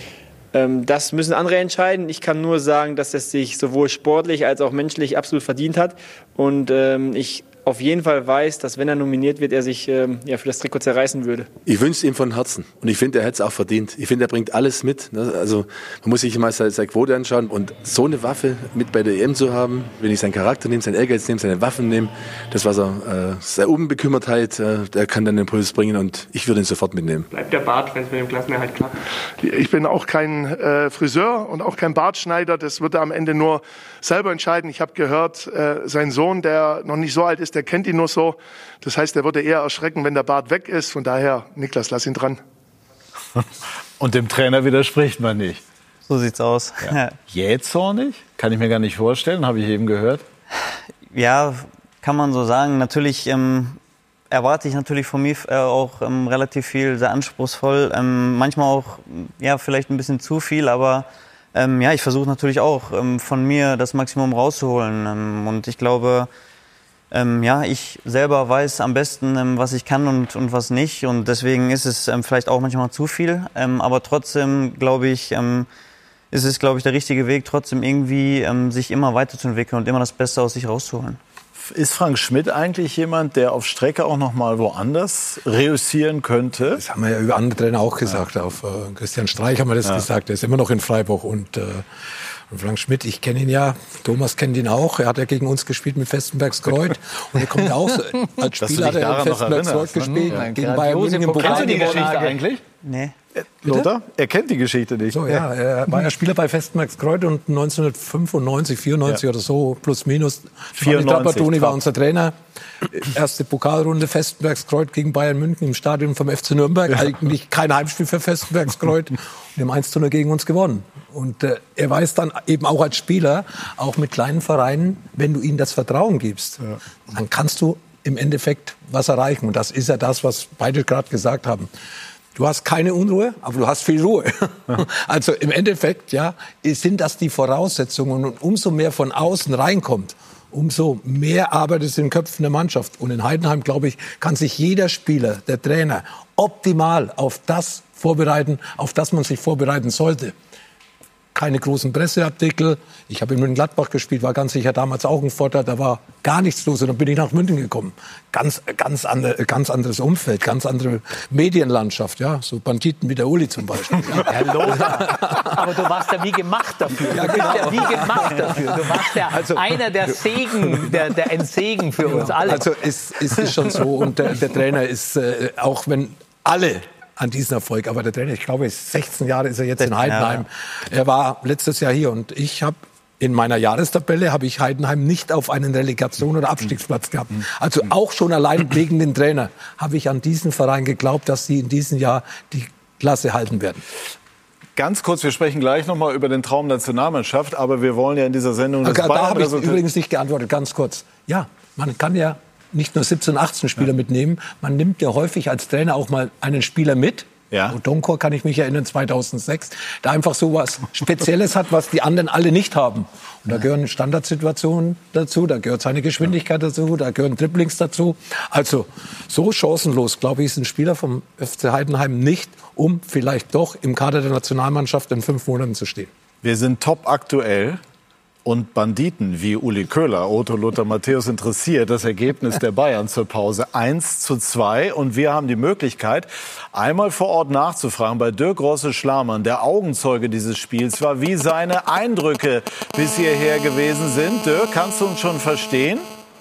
Das müssen andere entscheiden. Ich kann nur sagen, dass es sich sowohl sportlich als auch menschlich absolut verdient hat. Und ich auf jeden Fall weiß, dass wenn er nominiert wird, er sich für das Trikot zerreißen würde. Ich wünsche es ihm von Herzen. Und ich finde, er hätte es auch verdient. Ich finde, er bringt alles mit. Ne? Also man muss sich mal seine Quote anschauen. Und so eine Waffe mit bei der EM zu haben, wenn ich seinen Charakter nehme, seinen Ehrgeiz nehme, seine Waffen nehme, das, was er, seine Unbekümmertheit, der kann dann den Impuls bringen. Und ich würde ihn sofort mitnehmen. Bleibt der Bart, wenn es mit dem Klassenerhalt klappt? Ich bin auch kein Friseur und auch kein Bartschneider. Das wird er am Ende nur selber entscheiden. Ich habe gehört, sein Sohn, der noch nicht so alt ist, der kennt ihn nur so. Das heißt, er würde eher erschrecken, wenn der Bart weg ist. Von daher, Niklas, lass ihn dran. Und dem Trainer widerspricht man nicht. So sieht's aus. Ja. Jähzornig? Kann ich mir gar nicht vorstellen, habe ich eben gehört. Ja, kann man so sagen. Natürlich erwarte ich natürlich von mir auch relativ viel, sehr anspruchsvoll. Manchmal auch vielleicht ein bisschen zu viel, aber ich versuche natürlich auch von mir das Maximum rauszuholen. Und ich glaube, ich selber weiß am besten, was ich kann und was nicht. Und deswegen ist es vielleicht auch manchmal zu viel. Aber trotzdem, glaube ich, ist es, der richtige Weg, trotzdem irgendwie sich immer weiterzuentwickeln und immer das Beste aus sich rauszuholen. Ist Frank Schmidt eigentlich jemand, der auf Strecke auch noch mal woanders reüssieren könnte? Das haben wir ja über andere Trainer auch gesagt. Ja. Auf Christian Streich haben wir das gesagt. Er ist immer noch in Freiburg. Und Frank Schmidt, ich kenne ihn ja. Thomas kennt ihn auch. Er hat ja gegen uns gespielt mit Vestenbergskreuth. Und er kommt ja auch als Spieler, hat er in Vestenbergskreuth gespielt. Ja, gegen Bayern München im Pokal. Kennst du die Geschichte eigentlich? Nee. Lothar? Er kennt die Geschichte nicht. So, ja, er war ja Spieler bei Vestenbergskreuth und 1995, 94 oder so, plus minus. 94, war unser Trainer. Erste Pokalrunde Vestenbergskreuth gegen Bayern München im Stadion vom FC Nürnberg. Ja. Eigentlich kein Heimspiel für Vestenbergskreuth. Und wir haben 1:0 gegen uns gewonnen. Und er weiß dann eben auch als Spieler, auch mit kleinen Vereinen, wenn du ihnen das Vertrauen gibst, dann kannst du im Endeffekt was erreichen. Und das ist ja das, was beide gerade gesagt haben. Du hast keine Unruhe, aber du hast viel Ruhe. Also im Endeffekt, sind das die Voraussetzungen. Und umso mehr von außen reinkommt, umso mehr arbeitet es in den Köpfen der Mannschaft. Und in Heidenheim, glaube ich, kann sich jeder Spieler, der Trainer, optimal auf das vorbereiten, auf das man sich vorbereiten sollte. Keine großen Presseartikel. Ich habe in Mönchengladbach gespielt, war ganz sicher damals auch ein Vorteil. Da war gar nichts los und dann bin ich nach München gekommen. Ganz anderes Umfeld, ganz andere Medienlandschaft. Ja, so Banditen wie der Uli zum Beispiel. Ja. Herr Lothar, aber du warst ja wie gemacht dafür. Du bist ja wie gemacht dafür. Du warst ja einer der Segen, der Entsegen für uns alle. Also es ist schon so und der Trainer ist, auch wenn alle an diesen Erfolg. Aber der Trainer, ich glaube, 16 Jahre ist er jetzt in Heidenheim. Ja. Er war letztes Jahr hier und ich habe in meiner Jahrestabelle habe ich Heidenheim nicht auf einen Relegation- oder Abstiegsplatz gehabt. Also auch schon allein wegen dem Trainer habe ich an diesen Verein geglaubt, dass sie in diesem Jahr die Klasse halten werden. Ganz kurz, wir sprechen gleich noch mal über den Traum Nationalmannschaft, aber wir wollen ja in dieser Sendung das Da habe ich übrigens nicht geantwortet, ganz kurz. Ja, man kann ja nicht nur 17, 18 Spieler mitnehmen. Man nimmt ja häufig als Trainer auch mal einen Spieler mit. Ja. Odonkor kann ich mich erinnern, 2006, der einfach so was Spezielles hat, was die anderen alle nicht haben. Und da gehören Standardsituationen dazu, da gehört seine Geschwindigkeit dazu, da gehören Dribblings dazu. Also so chancenlos, glaube ich, ist ein Spieler vom FC Heidenheim nicht, um vielleicht doch im Kader der Nationalmannschaft in 5 Monaten zu stehen. Wir sind top aktuell. Und Banditen wie Uli Köhler, Otto Lothar Matthäus interessiert das Ergebnis der Bayern zur Pause 1:2. Und wir haben die Möglichkeit, einmal vor Ort nachzufragen bei Dirk Rosse-Schlamann, der Augenzeuge dieses Spiels war, wie seine Eindrücke bis hierher gewesen sind. Dirk, kannst du uns schon verstehen?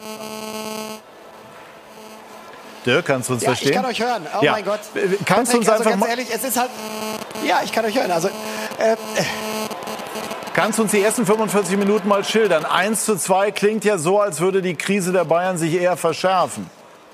Dirk, kannst du uns verstehen? Ich kann euch hören. Oh mein Gott. Kannst du uns einfach ganz ehrlich, es ist halt... Ja, ich kann euch hören. Also... Kannst du uns die ersten 45 Minuten mal schildern? 1:2 klingt ja so, als würde die Krise der Bayern sich eher verschärfen.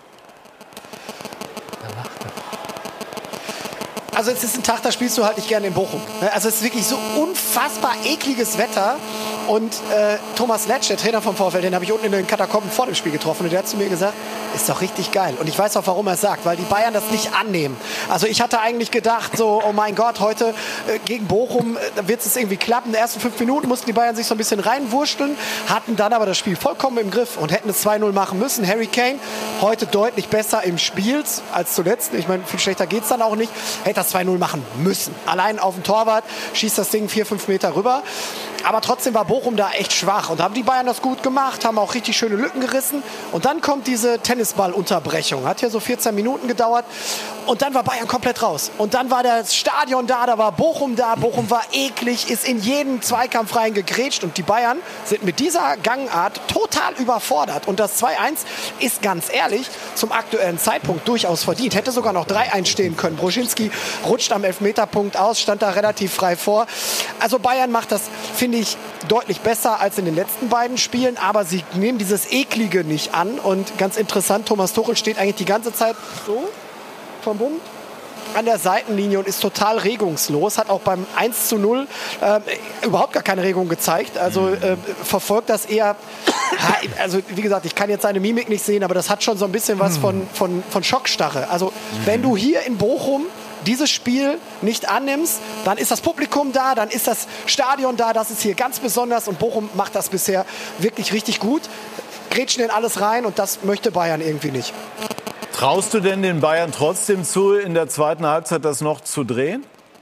Also es ist ein Tag, da spielst du halt nicht gerne in Bochum. Also es ist wirklich so unfassbar ekliges Wetter. Und Thomas Letsch, der Trainer vom VfL, den habe ich unten in den Katakomben vor dem Spiel getroffen. Und der hat zu mir gesagt, ist doch richtig geil. Und ich weiß auch, warum er es sagt, weil die Bayern das nicht annehmen. Also ich hatte eigentlich gedacht, so, oh mein Gott, heute gegen Bochum wird es irgendwie klappen. In den ersten 5 Minuten mussten die Bayern sich so ein bisschen reinwursteln, hatten dann aber das Spiel vollkommen im Griff und hätten es 2:0 machen müssen. Harry Kane, heute deutlich besser im Spiel als zuletzt. Ich meine, viel schlechter geht es dann auch nicht. Hätte das 2:0 machen müssen. Allein auf dem Torwart schießt das Ding 4-5 Meter rüber. Aber trotzdem war Bochum da echt schwach. Und da haben die Bayern das gut gemacht, haben auch richtig schöne Lücken gerissen. Und dann kommt diese Tennisballunterbrechung. Hat ja so 14 Minuten gedauert. Und dann war Bayern komplett raus. Und dann war das Stadion da war Bochum da. Bochum war eklig, ist in jeden Zweikampf reingegrätscht. Und die Bayern sind mit dieser Gangart total überfordert. Und das 2:1 ist ganz ehrlich zum aktuellen Zeitpunkt durchaus verdient. Hätte sogar noch 3:1 stehen können. Broschinski rutscht am Elfmeterpunkt aus, stand da relativ frei vor. Also Bayern macht das, finde ich, deutlich besser als in den letzten beiden Spielen. Aber sie nehmen dieses Eklige nicht an. Und ganz interessant, Thomas Tuchel steht eigentlich die ganze Zeit so vom Bund an der Seitenlinie und ist total regungslos. Hat auch beim 1:0 überhaupt gar keine Regung gezeigt. Also verfolgt das eher... Also wie gesagt, ich kann jetzt seine Mimik nicht sehen, aber das hat schon so ein bisschen was von Schockstarre. Also wenn du hier in Bochum dieses Spiel nicht annimmst, dann ist das Publikum da, dann ist das Stadion da, das ist hier ganz besonders und Bochum macht das bisher wirklich richtig gut. Grätschen in alles rein und das möchte Bayern irgendwie nicht. Traust du denn den Bayern trotzdem zu, in der zweiten Halbzeit das noch zu drehen?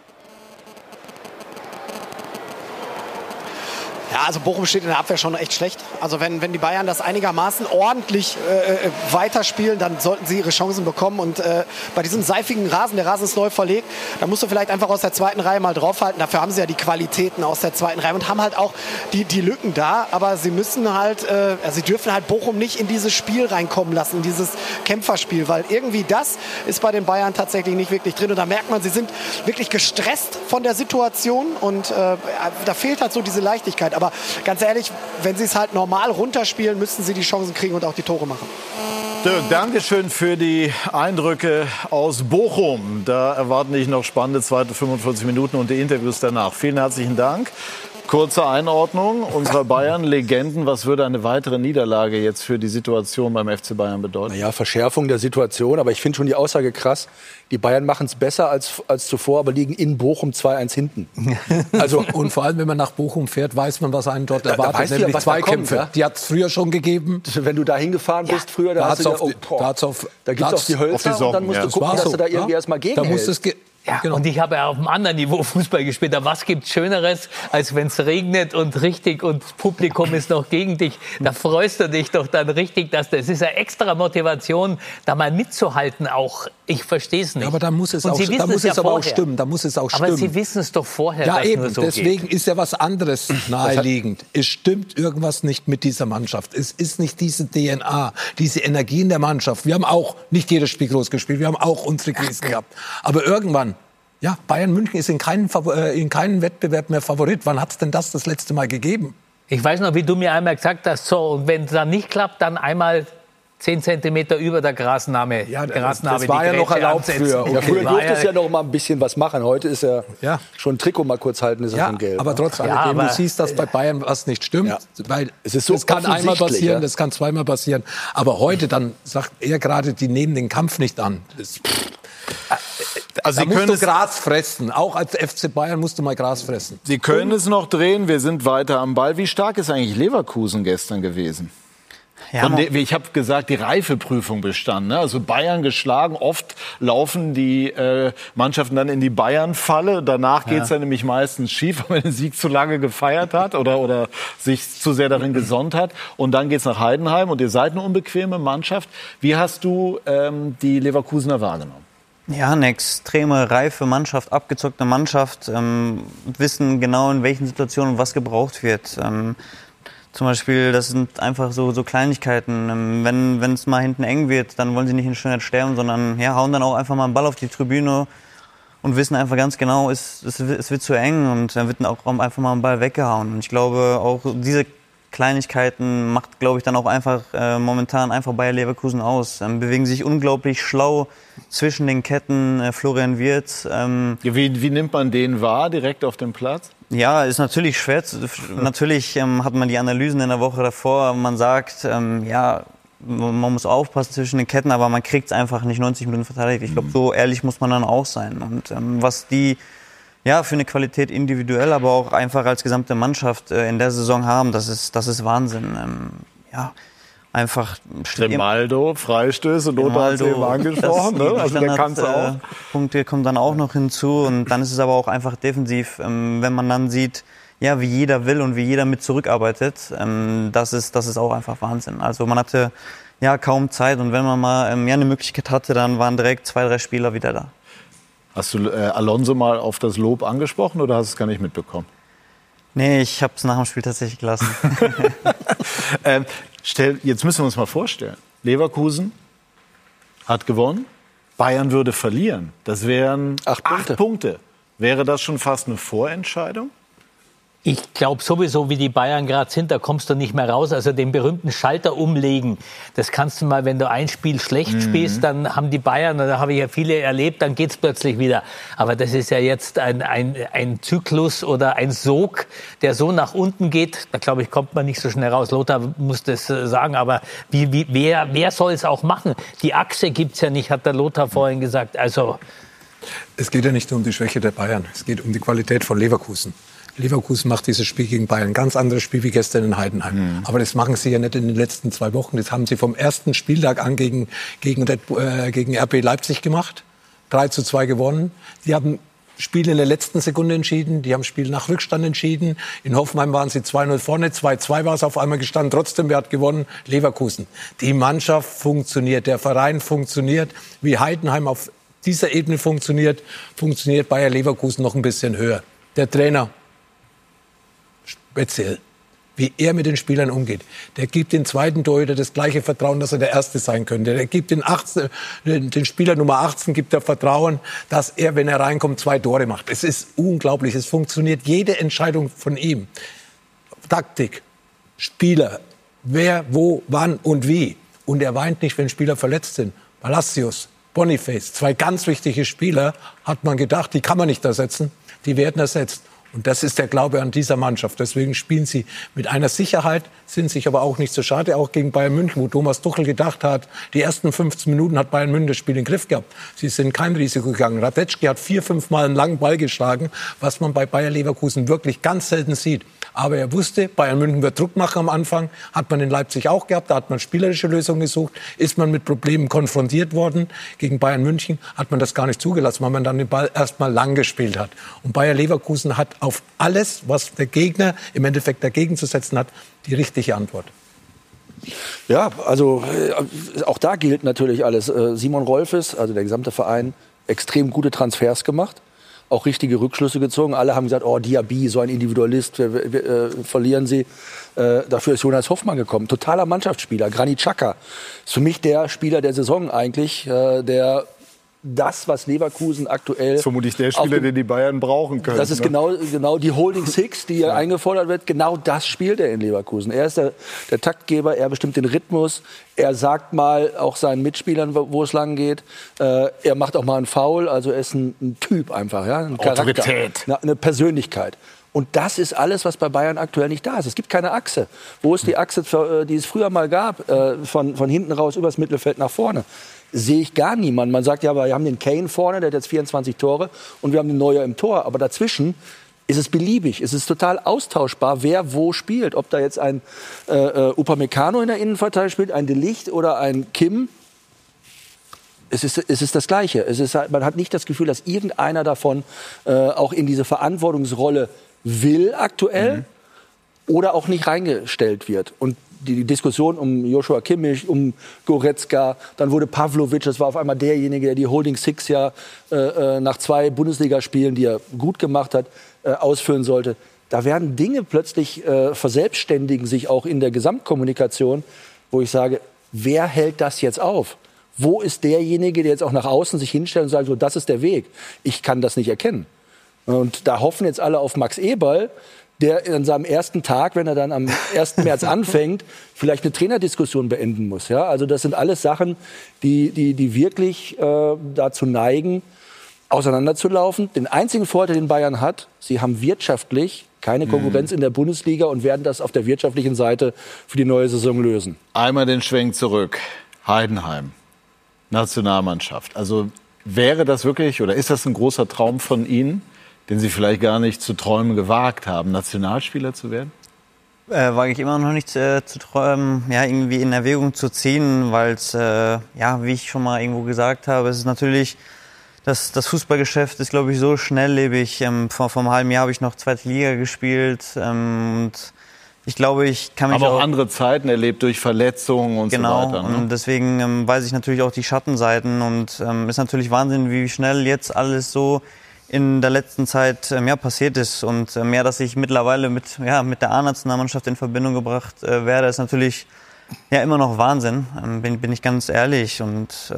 Ja, also Bochum steht in der Abwehr schon echt schlecht. Also wenn die Bayern das einigermaßen ordentlich weiterspielen, dann sollten sie ihre Chancen bekommen. Und bei diesem seifigen Rasen, der Rasen ist neu verlegt, da musst du vielleicht einfach aus der zweiten Reihe mal draufhalten. Dafür haben sie ja die Qualitäten aus der zweiten Reihe und haben halt auch die Lücken da. Aber sie müssen halt, sie dürfen halt Bochum nicht in dieses Spiel reinkommen lassen, in dieses Kämpferspiel. Weil irgendwie das ist bei den Bayern tatsächlich nicht wirklich drin. Und da merkt man, sie sind wirklich gestresst von der Situation. Und da fehlt halt so diese Leichtigkeit. Aber ganz ehrlich, wenn sie es halt normal runterspielen, müssten sie die Chancen kriegen und auch die Tore machen. Dirk, danke schön für die Eindrücke aus Bochum. Da erwarten dich noch spannende zweite 45 Minuten und die Interviews danach. Vielen herzlichen Dank. Kurze Einordnung unserer Bayern-Legenden. Was würde eine weitere Niederlage jetzt für die Situation beim FC Bayern bedeuten? Naja, Verschärfung der Situation. Aber ich finde schon die Aussage krass. Die Bayern machen es besser als zuvor, aber liegen in Bochum 2-1 hinten. Also, und vor allem, wenn man nach Bochum fährt, weiß man, was einen dort erwartet. Weißt du ja, was Zweikämpfe. kommt, ja? Die hat es früher schon gegeben. Wenn du da hingefahren bist früher, da gibt es auf die Hölzer und dann musst du gucken, dass du da irgendwie erstmal gegenhältst. Ja, genau. Und ich habe ja auf einem anderen Niveau Fußball gespielt. Da was gibt's Schöneres, als wenn es regnet und das Publikum ist noch gegen dich. Da freust du dich doch dann richtig, dass das ist ja extra Motivation, da mal mitzuhalten auch. Ich verstehe es nicht. Ja, aber da muss es auch stimmen. Da muss es auch stimmen. Aber Sie wissen es doch vorher, ja, dass eben, nur so deswegen geht. Ist ja was anderes naheliegend. Es stimmt irgendwas nicht mit dieser Mannschaft. Es ist nicht diese DNA, diese Energie in der Mannschaft. Wir haben auch nicht jedes Spiel groß gespielt. Wir haben auch unsere Krisen gehabt. Aber irgendwann, ja, Bayern München ist in keinem Wettbewerb mehr Favorit. Wann hat es denn das letzte Mal gegeben? Ich weiß noch, wie du mir einmal gesagt hast, so, und wenn es dann nicht klappt, dann einmal 10 Zentimeter über der Grasnarbe. Ja, das war ja noch erlaubt früher. Okay. Ja, früher durfte es ja noch mal ein bisschen was machen. Heute ist ja schon ein Trikot mal kurz halten, ist ja schon gelb. Aber trotz alledem, du siehst, dass bei Bayern was nicht stimmt. Ja. Weil es ist so, das kann einmal passieren, das kann zweimal passieren. Aber heute, dann sagt er gerade, die nehmen den Kampf nicht an. Also da musst du Gras fressen. Auch als FC Bayern musst du mal Gras fressen. Sie können es noch drehen. Wir sind weiter am Ball. Wie stark ist eigentlich Leverkusen gestern gewesen? Ja, ich habe gesagt, die Reifeprüfung bestanden. Ne? Also Bayern geschlagen. Oft laufen die Mannschaften dann in die Bayern-Falle. Danach geht's dann nämlich meistens schief, wenn man den Sieg zu lange gefeiert hat oder sich zu sehr darin gesonnt hat. Und dann geht's nach Heidenheim. Und ihr seid eine unbequeme Mannschaft. Wie hast du die Leverkusener wahrgenommen? Ja, eine extreme reife Mannschaft, abgezockte Mannschaft, wissen genau, in welchen Situationen was gebraucht wird. Zum Beispiel, das sind einfach so Kleinigkeiten. Wenn es mal hinten eng wird, dann wollen sie nicht in Schönheit sterben, sondern hauen dann auch einfach mal einen Ball auf die Tribüne und wissen einfach ganz genau, es wird zu eng und dann wird auch einfach mal ein Ball weggehauen. Und ich glaube, auch diese Kleinigkeiten macht, glaube ich, dann auch einfach momentan einfach Bayer Leverkusen aus. Bewegen sich unglaublich schlau zwischen den Ketten. Florian Wirtz. Wie nimmt man den wahr direkt auf dem Platz? Ja, ist natürlich schwer. Natürlich hat man die Analysen in der Woche davor. Man sagt, man muss aufpassen zwischen den Ketten, aber man kriegt es einfach nicht 90 Minuten verteidigt. Ich glaube, so ehrlich muss man dann auch sein. Und was die für eine Qualität individuell, aber auch einfach als gesamte Mannschaft in der Saison haben, das ist Wahnsinn. Einfach Grimaldo, Freistöße, Lothar hat es eben angesprochen. Ne? Also der kann's auch. Punkte kommen dann auch noch hinzu und dann ist es aber auch einfach defensiv, wenn man dann sieht, wie jeder will und wie jeder mit zurückarbeitet, das ist auch einfach Wahnsinn. Also man hatte kaum Zeit und wenn man mal eine Möglichkeit hatte, dann waren direkt 2, 3 Spieler wieder da. Hast du Alonso mal auf das Lob angesprochen oder hast du es gar nicht mitbekommen? Nee, ich habe es nach dem Spiel tatsächlich gelassen. Jetzt müssen wir uns mal vorstellen. Leverkusen hat gewonnen, Bayern würde verlieren. Das wären 8 Punkte. Wäre das schon fast eine Vorentscheidung? Ich glaube sowieso, wie die Bayern gerade sind, da kommst du nicht mehr raus. Also den berühmten Schalter umlegen, das kannst du mal, wenn du ein Spiel schlecht spielst, dann haben die Bayern, da habe ich ja viele erlebt, dann geht's plötzlich wieder. Aber das ist ja jetzt ein Zyklus oder ein Sog, der so nach unten geht. Da glaube ich, kommt man nicht so schnell raus. Lothar muss das sagen, aber wer soll es auch machen? Die Achse gibt's ja nicht, hat der Lothar vorhin gesagt. Also es geht ja nicht um die Schwäche der Bayern, es geht um die Qualität von Leverkusen. Leverkusen macht dieses Spiel gegen Bayern ein ganz anderes Spiel wie gestern in Heidenheim. Aber das machen sie ja nicht in den letzten 2 Wochen. Das haben sie vom ersten Spieltag an gegen RB Leipzig gemacht. 3:2 gewonnen. Die haben Spiel in der letzten Sekunde entschieden. Die haben Spiel nach Rückstand entschieden. In Hoffenheim waren sie 2-0 vorne. 2-2 war es auf einmal gestanden. Trotzdem, wer hat gewonnen? Leverkusen. Die Mannschaft funktioniert. Der Verein funktioniert. Wie Heidenheim auf dieser Ebene funktioniert Bayer Leverkusen noch ein bisschen höher. Der Trainer speziell, wie er mit den Spielern umgeht. Der gibt den zweiten Torhüter das gleiche Vertrauen, dass er der Erste sein könnte. Der gibt den Spieler Nummer 18 gibt er Vertrauen, dass er, wenn er reinkommt, 2 Tore macht. Es ist unglaublich. Es funktioniert jede Entscheidung von ihm. Taktik, Spieler, wer, wo, wann und wie. Und er weint nicht, wenn Spieler verletzt sind. Palacios, Boniface, 2 ganz wichtige Spieler, hat man gedacht, die kann man nicht ersetzen. Die werden ersetzt. Und das ist der Glaube an dieser Mannschaft. Deswegen spielen sie mit einer Sicherheit, sind sich aber auch nicht so schade. Auch gegen Bayern München, wo Thomas Tuchel gedacht hat, die ersten 15 Minuten hat Bayern München das Spiel in den Griff gehabt. Sie sind kein Risiko gegangen. Radetzky hat 4-5 Mal einen langen Ball geschlagen, was man bei Bayer Leverkusen wirklich ganz selten sieht. Aber er wusste, Bayern München wird Druck machen am Anfang. Hat man in Leipzig auch gehabt. Da hat man spielerische Lösungen gesucht. Ist man mit Problemen konfrontiert worden. Gegen Bayern München hat man das gar nicht zugelassen, weil man dann den Ball erstmal lang gespielt hat. Und Bayer Leverkusen hat auf alles, was der Gegner im Endeffekt dagegen zu setzen hat, die richtige Antwort. Ja, also auch da gilt natürlich alles. Simon Rolfes, also der gesamte Verein, extrem gute Transfers gemacht. Auch richtige Rückschlüsse gezogen. Alle haben gesagt, oh, Diaby, so ein Individualist, wir verlieren sie. Dafür ist Jonas Hoffmann gekommen. Totaler Mannschaftsspieler. Granit Xhaka ist für mich der Spieler der Saison eigentlich, der das, was Leverkusen aktuell... Das ist vermutlich der Spieler, den die Bayern brauchen können. Das ist genau die Holding Six, die hier eingefordert wird. Genau das spielt er in Leverkusen. Er ist der Taktgeber, er bestimmt den Rhythmus. Er sagt mal auch seinen Mitspielern, wo es lang geht. Er macht auch mal einen Foul. Also er ist ein Typ einfach, ja? Ein Autorität. Charakter, eine Persönlichkeit. Und das ist alles, was bei Bayern aktuell nicht da ist. Es gibt keine Achse. Wo ist die Achse, die es früher mal gab, von hinten raus übers Mittelfeld nach vorne? Sehe ich gar niemanden. Man sagt ja, aber wir haben den Kane vorne, der hat jetzt 24 Tore und wir haben den Neuer im Tor. Aber dazwischen ist es beliebig. Es ist total austauschbar, wer wo spielt. Ob da jetzt ein Upamecano in der Innenverteidigung spielt, ein De Ligt oder ein Kim. Es ist das Gleiche. Man hat nicht das Gefühl, dass irgendeiner davon auch in diese Verantwortungsrolle will aktuell oder auch nicht reingestellt wird. Und die Diskussion um Joshua Kimmich, um Goretzka, dann wurde Pavlovic, das war auf einmal derjenige, der die Holding Six ja nach 2 Bundesligaspielen, die er gut gemacht hat, ausfüllen sollte. Da werden Dinge plötzlich verselbstständigen sich auch in der Gesamtkommunikation, wo ich sage, wer hält das jetzt auf? Wo ist derjenige, der jetzt auch nach außen sich hinstellt und sagt, so, das ist der Weg? Ich kann das nicht erkennen. Und da hoffen jetzt alle auf Max Eberl, der an seinem ersten Tag, wenn er dann am 1. März anfängt, vielleicht eine Trainerdiskussion beenden muss. Ja? Also das sind alles Sachen, die wirklich dazu neigen, auseinanderzulaufen. Den einzigen Vorteil, den Bayern hat, sie haben wirtschaftlich keine Konkurrenz in der Bundesliga und werden das auf der wirtschaftlichen Seite für die neue Saison lösen. Einmal den Schwenk zurück. Heidenheim, Nationalmannschaft. Also wäre das wirklich oder ist das ein großer Traum von Ihnen, den Sie vielleicht gar nicht zu träumen gewagt haben, Nationalspieler zu werden? Wage ich immer noch nicht zu träumen, ja, irgendwie in Erwägung zu ziehen, weil es, ja, wie ich schon mal irgendwo gesagt habe, es ist natürlich, das Fußballgeschäft ist, glaube ich, so schnelllebig. Vor einem halben Jahr habe ich noch 2. Liga gespielt und ich glaube, ich kann mich aber auch andere Zeiten erlebt durch Verletzungen und so weiter. Genau, und deswegen weiß ich natürlich auch die Schattenseiten und ist natürlich Wahnsinn, wie schnell jetzt alles so in der letzten Zeit passiert ist und dass ich mittlerweile mit der A-Nationalmannschaft in Verbindung gebracht werde, ist natürlich immer noch Wahnsinn, bin ich ganz ehrlich und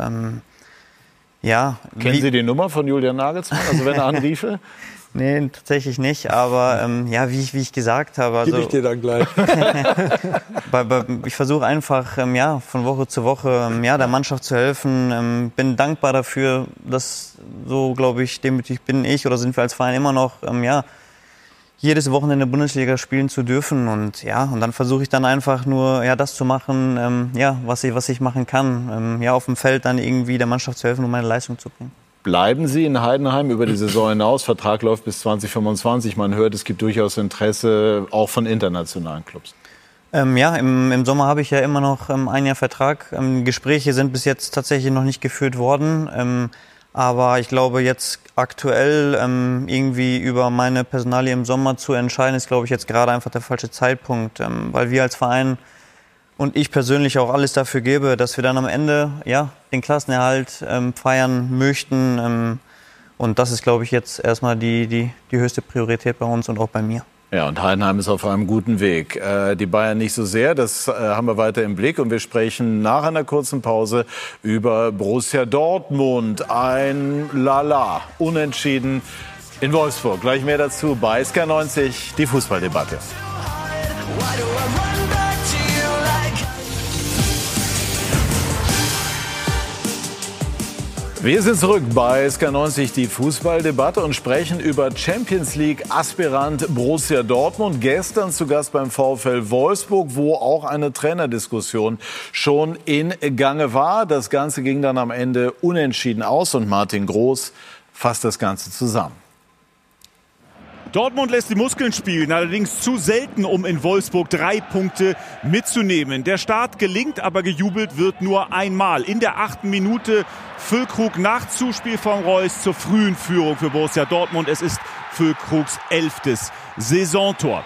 Kennen Sie die Nummer von Julian Nagelsmann, also wenn er anriefe? Nee, tatsächlich nicht, aber wie ich gesagt habe. Also, gebe ich dir dann gleich. Ich versuche einfach von Woche zu Woche der Mannschaft zu helfen. Bin dankbar dafür, dass so, glaube ich, demütig bin ich oder sind wir als Verein immer noch jedes Wochenende in der Bundesliga spielen zu dürfen und dann versuche ich dann einfach nur das zu machen, was ich machen kann, auf dem Feld dann irgendwie der Mannschaft zu helfen, um meine Leistung zu bringen. Bleiben Sie in Heidenheim über die Saison hinaus? Vertrag läuft bis 2025. Man hört, es gibt durchaus Interesse auch von internationalen Clubs. Im Sommer habe ich ja immer noch ein Jahr Vertrag. Gespräche sind bis jetzt tatsächlich noch nicht geführt worden. Aber ich glaube, jetzt aktuell irgendwie über meine Personalie im Sommer zu entscheiden, ist, glaube ich, jetzt gerade einfach der falsche Zeitpunkt. Weil wir als Verein und ich persönlich auch alles dafür gebe, dass wir dann am Ende den Klassenerhalt feiern möchten. Und das ist, glaube ich, jetzt erstmal die höchste Priorität bei uns und auch bei mir. Ja, und Heidenheim ist auf einem guten Weg. Die Bayern nicht so sehr, das haben wir weiter im Blick. Und wir sprechen nach einer kurzen Pause über Borussia Dortmund. Ein Lala, unentschieden in Wolfsburg. Gleich mehr dazu bei SK90, die Fußballdebatte. Wir sind zurück bei SK90, die Fußballdebatte, und sprechen über Champions League Aspirant Borussia Dortmund. Gestern zu Gast beim VfL Wolfsburg, wo auch eine Trainerdiskussion schon in Gange war. Das Ganze ging dann am Ende unentschieden aus und Martin Groß fasst das Ganze zusammen. Dortmund lässt die Muskeln spielen, allerdings zu selten, um in Wolfsburg 3 Punkte mitzunehmen. Der Start gelingt, aber gejubelt wird nur einmal. In der 8. Minute Füllkrug nach Zuspiel von Reus zur frühen Führung für Borussia Dortmund. Es ist Füllkrugs 11. Saisontor.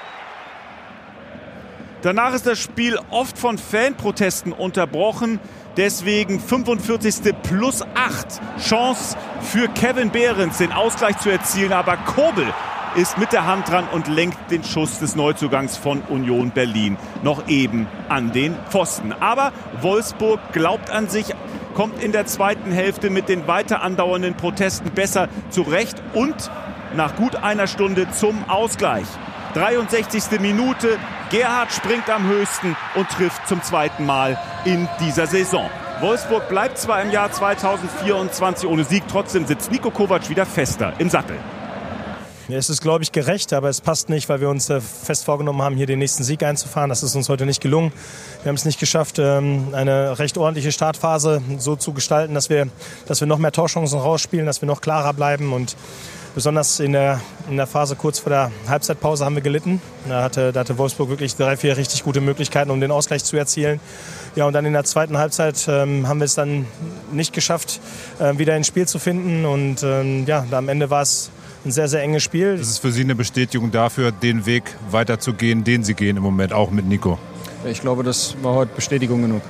Danach ist das Spiel oft von Fanprotesten unterbrochen. Deswegen 45. +8. Chance für Kevin Behrens, den Ausgleich zu erzielen, aber Kobel ist mit der Hand dran und lenkt den Schuss des Neuzugangs von Union Berlin noch eben an den Pfosten. Aber Wolfsburg glaubt an sich, kommt in der zweiten Hälfte mit den weiter andauernden Protesten besser zurecht und nach gut einer Stunde zum Ausgleich. 63. Minute, Gerhard springt am höchsten und trifft zum zweiten Mal in dieser Saison. Wolfsburg bleibt zwar im Jahr 2024 ohne Sieg, trotzdem sitzt Niko Kovac wieder fester im Sattel. Es ist, glaube ich, gerecht, aber es passt nicht, weil wir uns fest vorgenommen haben, hier den nächsten Sieg einzufahren. Das ist uns heute nicht gelungen. Wir haben es nicht geschafft, eine recht ordentliche Startphase so zu gestalten, dass wir noch mehr Torchancen rausspielen, dass wir noch klarer bleiben. Und besonders in der Phase kurz vor der Halbzeitpause haben wir gelitten. Da hatte Wolfsburg wirklich 3, 4 richtig gute Möglichkeiten, um den Ausgleich zu erzielen. Ja, und dann in der zweiten Halbzeit haben wir es dann nicht geschafft, wieder ins Spiel zu finden. Und am Ende war es ein sehr, sehr enges Spiel. Das ist für Sie eine Bestätigung dafür, den Weg weiterzugehen, den Sie gehen im Moment, auch mit Nico? Ich glaube, das war heute Bestätigung genug.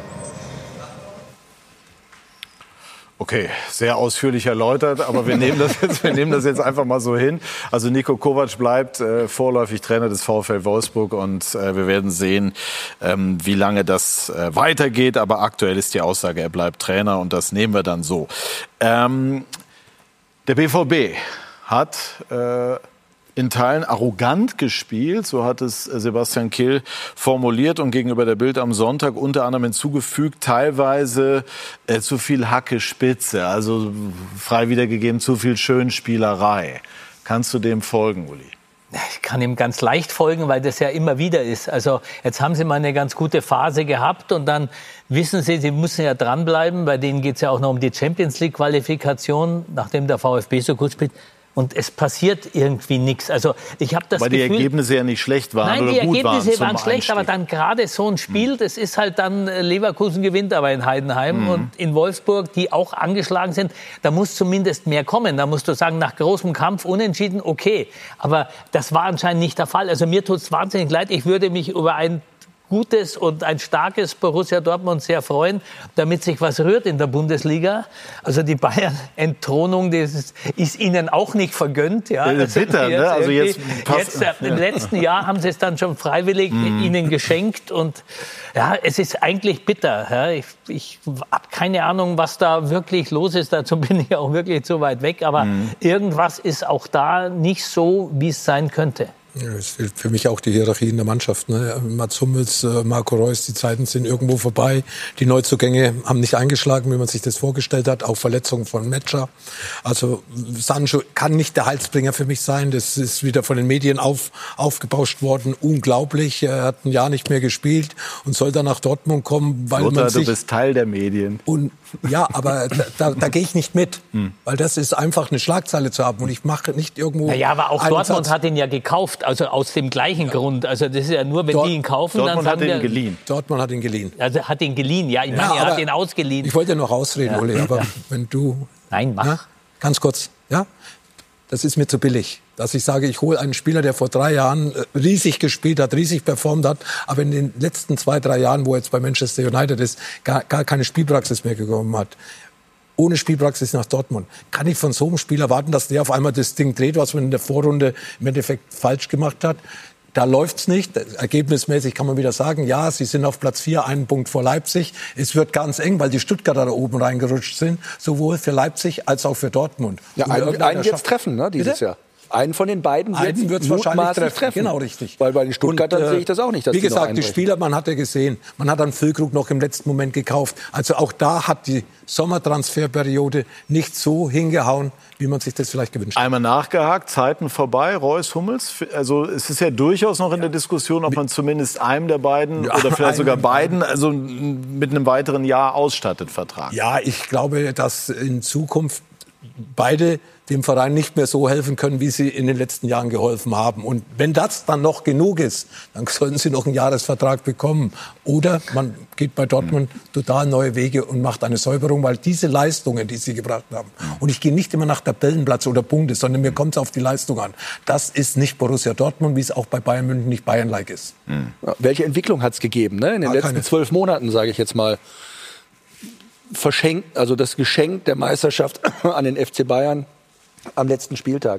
Okay, sehr ausführlich erläutert, aber wir nehmen das jetzt einfach mal so hin. Also Niko Kovac bleibt vorläufig Trainer des VfL Wolfsburg und wir werden sehen, wie lange das weitergeht. Aber aktuell ist die Aussage, er bleibt Trainer und das nehmen wir dann so. Der BVB hat in Teilen arrogant gespielt, so hat es Sebastian Kehl formuliert und gegenüber der Bild am Sonntag unter anderem hinzugefügt, teilweise zu viel Hacke Spitze, also frei wiedergegeben, zu viel Schönspielerei. Kannst du dem folgen, Uli? Ich kann ihm ganz leicht folgen, weil das ja immer wieder ist. Also jetzt haben sie mal eine ganz gute Phase gehabt und dann wissen sie müssen ja dranbleiben. Bei denen geht es ja auch noch um die Champions-League-Qualifikation, nachdem der VfB so gut spielt. Und es passiert irgendwie nichts. Also ich habe das Weil Gefühl, die Ergebnisse ja nicht schlecht waren oder gut waren. Nein, die Ergebnisse waren schlecht, Einstieg. aber dann gerade so ein Spiel, das ist halt dann, Leverkusen gewinnt aber in Heidenheim und in Wolfsburg, die auch angeschlagen sind, da muss zumindest mehr kommen. Da musst du sagen, nach großem Kampf unentschieden, okay. Aber das war anscheinend nicht der Fall. Also mir tut es wahnsinnig leid. Ich würde mich über ein gutes und ein starkes Borussia Dortmund sehr freuen, damit sich was rührt in der Bundesliga. Also die Bayern-Entthronung, das ist ihnen auch nicht vergönnt. Ja. Also bitter, ne? Also jetzt im letzten Jahr haben sie es dann schon freiwillig ihnen geschenkt und ja, es ist eigentlich bitter. Ja. Ich habe keine Ahnung, was da wirklich los ist. Dazu bin ich auch wirklich zu weit weg. Aber irgendwas ist auch da nicht so, wie es sein könnte. Ja, es fehlt für mich auch die Hierarchie in der Mannschaft. Ne? Mats Hummels, Marco Reus, die Zeiten sind irgendwo vorbei. Die Neuzugänge haben nicht eingeschlagen, wie man sich das vorgestellt hat. Auch Verletzungen von Metscher. Also Sancho kann nicht der Heilsbringer für mich sein. Das ist wieder von den Medien aufgebauscht worden. Unglaublich. Er hat ein Jahr nicht mehr gespielt und soll dann nach Dortmund kommen, weil Lothar, man sich... du bist Teil der Medien. Und ja, aber da gehe ich nicht mit. Weil das ist einfach eine Schlagzeile zu haben. Und ich mache nicht irgendwo... Naja, aber auch Dortmund hat ihn ja gekauft. Also aus dem gleichen Grund. Also das ist ja nur, wenn die ihn kaufen, Dortmund dann sagen wir... Dortmund hat ihn geliehen. Also hat ihn geliehen, ja. Ich meine, er hat ihn ausgeliehen. Ich wollte ja noch ausreden, Uli, aber wenn du... Nein, mach. Ja, ganz kurz, ja? Das ist mir zu billig. Dass ich sage, ich hole einen Spieler, der vor 3 Jahren riesig gespielt hat, riesig performt hat, aber in den letzten 2, 3 Jahren, wo er jetzt bei Manchester United ist, gar keine Spielpraxis mehr bekommen hat. Ohne Spielpraxis nach Dortmund. Kann ich von so einem Spieler erwarten, dass der auf einmal das Ding dreht, was man in der Vorrunde im Endeffekt falsch gemacht hat? Da läuft's nicht. Ergebnismäßig kann man wieder sagen, ja, sie sind auf Platz 4, einen Punkt vor Leipzig. Es wird ganz eng, weil die Stuttgarter da oben reingerutscht sind, sowohl für Leipzig als auch für Dortmund. Ja, einen jetzt treffen, ne, dieses Jahr. Einen von den beiden wird es wahrscheinlich treffen. Genau, richtig. Weil bei den Stuttgartern sehe ich das auch nicht. Dass wie gesagt, die Spieler, man hat ja gesehen, man hat dann Füllkrug noch im letzten Moment gekauft. Also auch da hat die Sommertransferperiode nicht so hingehauen, wie man sich das vielleicht gewünscht hat. Einmal nachgehakt, Zeiten vorbei, Reus, Hummels. Also es ist ja durchaus noch in der Diskussion, ob man zumindest einem der beiden oder vielleicht sogar beiden also mit einem weiteren Jahr ausstattet, Vertrag. Ja, ich glaube, dass in Zukunft beide dem Verein nicht mehr so helfen können, wie sie in den letzten Jahren geholfen haben. Und wenn das dann noch genug ist, dann sollten sie noch einen Jahresvertrag bekommen. Oder man geht bei Dortmund total neue Wege und macht eine Säuberung, weil diese Leistungen, die sie gebracht haben, und ich gehe nicht immer nach Tabellenplatz oder Punkte, sondern mir kommt es auf die Leistung an. Das ist nicht Borussia Dortmund, wie es auch bei Bayern München nicht Bayern-like ist. Ja, welche Entwicklung hat es gegeben, ne? In den letzten 12 Monaten, sage ich jetzt mal. Verschenkt, also das Geschenk der Meisterschaft an den FC Bayern am letzten Spieltag.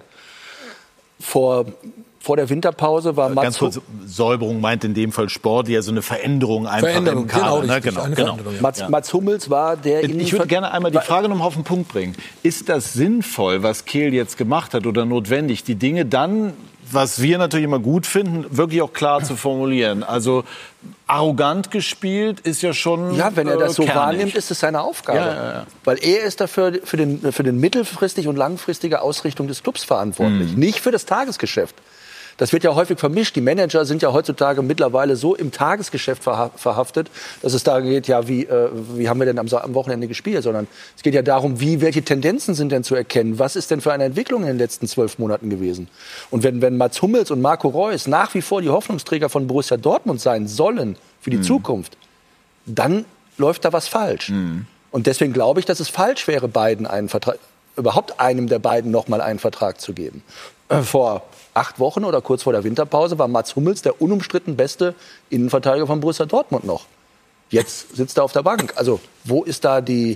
Vor der Winterpause war Mats... Ganz kurz, Säuberung meint in dem Fall Sport, ja so eine Veränderung einfach im Kader. Genau. Mats Hummels war der... Ich würde gerne einmal die Frage noch mal auf den Punkt bringen. Ist das sinnvoll, was Kehl jetzt gemacht hat oder notwendig, die Dinge dann, was wir natürlich immer gut finden, wirklich auch klar zu formulieren? Also arrogant gespielt ist ja schon Ja, wenn er das so kernig wahrnimmt, ist es seine Aufgabe. Ja. Weil er ist dafür für den mittelfristig und langfristige Ausrichtung des Clubs verantwortlich, nicht für das Tagesgeschäft. Das wird ja häufig vermischt. Die Manager sind ja heutzutage mittlerweile so im Tagesgeschäft verhaftet, dass es da geht, ja, wie haben wir denn am Wochenende gespielt? Sondern es geht ja darum, welche Tendenzen sind denn zu erkennen? Was ist denn für eine Entwicklung in den letzten 12 Monaten gewesen? Und wenn Mats Hummels und Marco Reus nach wie vor die Hoffnungsträger von Borussia Dortmund sein sollen für die Zukunft, dann läuft da was falsch. Und deswegen glaube ich, dass es falsch wäre, überhaupt einem der beiden noch mal einen Vertrag zu geben. Vor 8 Wochen oder kurz vor der Winterpause war Mats Hummels der unumstritten beste Innenverteidiger von Borussia Dortmund noch. Jetzt sitzt er auf der Bank. Also wo ist da die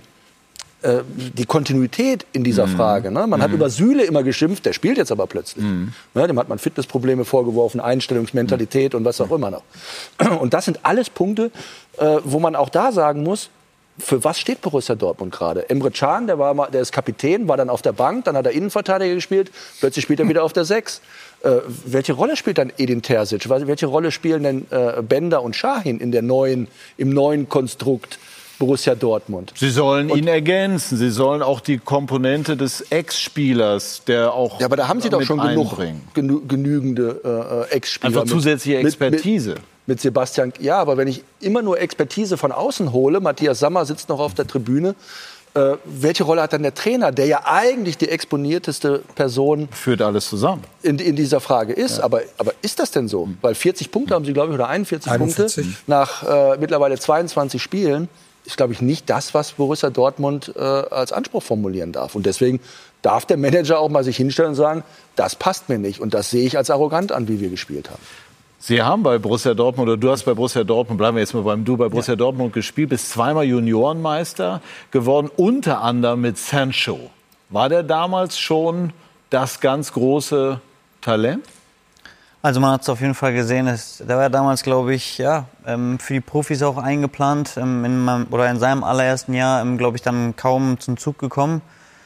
Kontinuität in dieser Frage? Ne? Man hat über Süle immer geschimpft, der spielt jetzt aber plötzlich. Ne? Dem hat man Fitnessprobleme vorgeworfen, Einstellungsmentalität und was auch immer noch. Und das sind alles Punkte, wo man auch da sagen muss, für was steht Borussia Dortmund gerade? Emre Can, der ist Kapitän, war dann auf der Bank, dann hat er Innenverteidiger gespielt, plötzlich spielt er wieder auf der 6. Welche Rolle spielt dann Edin Terzic? Welche Rolle spielen denn Bender und Şahin im neuen Konstrukt Borussia Dortmund? Sie sollen ihn ergänzen. Sie sollen auch die Komponente des Ex-Spielers, der auch Ja, aber da haben Sie doch schon genügende Ex-Spieler. Einfach zusätzliche Expertise. Mit Sebastian, ja, aber wenn ich immer nur Expertise von außen hole, Matthias Sammer sitzt noch auf der Tribüne, welche Rolle hat dann der Trainer, der ja eigentlich die exponierteste Person führt alles zusammen in dieser Frage ist. Ja. Aber ist das denn so? Weil 40 Punkte haben sie, glaube ich, oder 41 Punkte nach mittlerweile 22 Spielen ist, glaube ich, nicht das, was Borussia Dortmund als Anspruch formulieren darf. Und deswegen darf der Manager auch mal sich hinstellen und sagen, das passt mir nicht und das sehe ich als arrogant an, wie wir gespielt haben. Sie haben bei Borussia Dortmund, oder du hast bei Borussia Dortmund, bleiben wir jetzt mal beim Du, bei Borussia Dortmund gespielt, bist zweimal Juniorenmeister geworden, unter anderem mit Sancho. War der damals schon das ganz große Talent? Also man hat es auf jeden Fall gesehen. Der war damals, glaube ich, für die Profis auch eingeplant. In seinem allerersten Jahr, glaube ich, dann kaum zum Zug gekommen.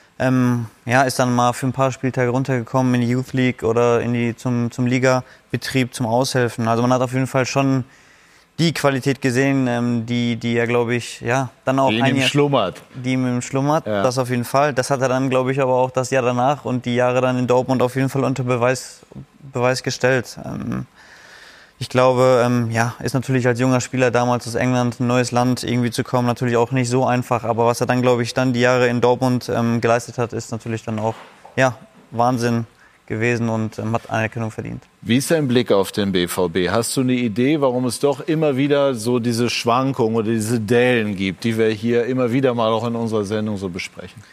Ist dann mal für ein paar Spieltage runtergekommen in die Youth League oder zum Ligabetrieb, zum Aushelfen. Also man hat auf jeden Fall schon die Qualität gesehen, die er, glaube ich, dann auch die in ihm schlummert. Die in ihm schlummert, das auf jeden Fall. Das hat er dann, glaube ich, aber auch das Jahr danach und die Jahre dann in Dortmund auf jeden Fall unter Beweis gestellt. Ich glaube, ist natürlich als junger Spieler damals aus England, ein neues Land irgendwie zu kommen, natürlich auch nicht so einfach. Aber was er dann, glaube ich, die Jahre in Dortmund geleistet hat, ist natürlich dann auch Wahnsinn gewesen und hat Anerkennung verdient. Wie ist dein Blick auf den BVB? Hast du eine Idee, warum es doch immer wieder so diese Schwankungen oder diese Dellen gibt, die wir hier immer wieder mal auch in unserer Sendung so besprechen?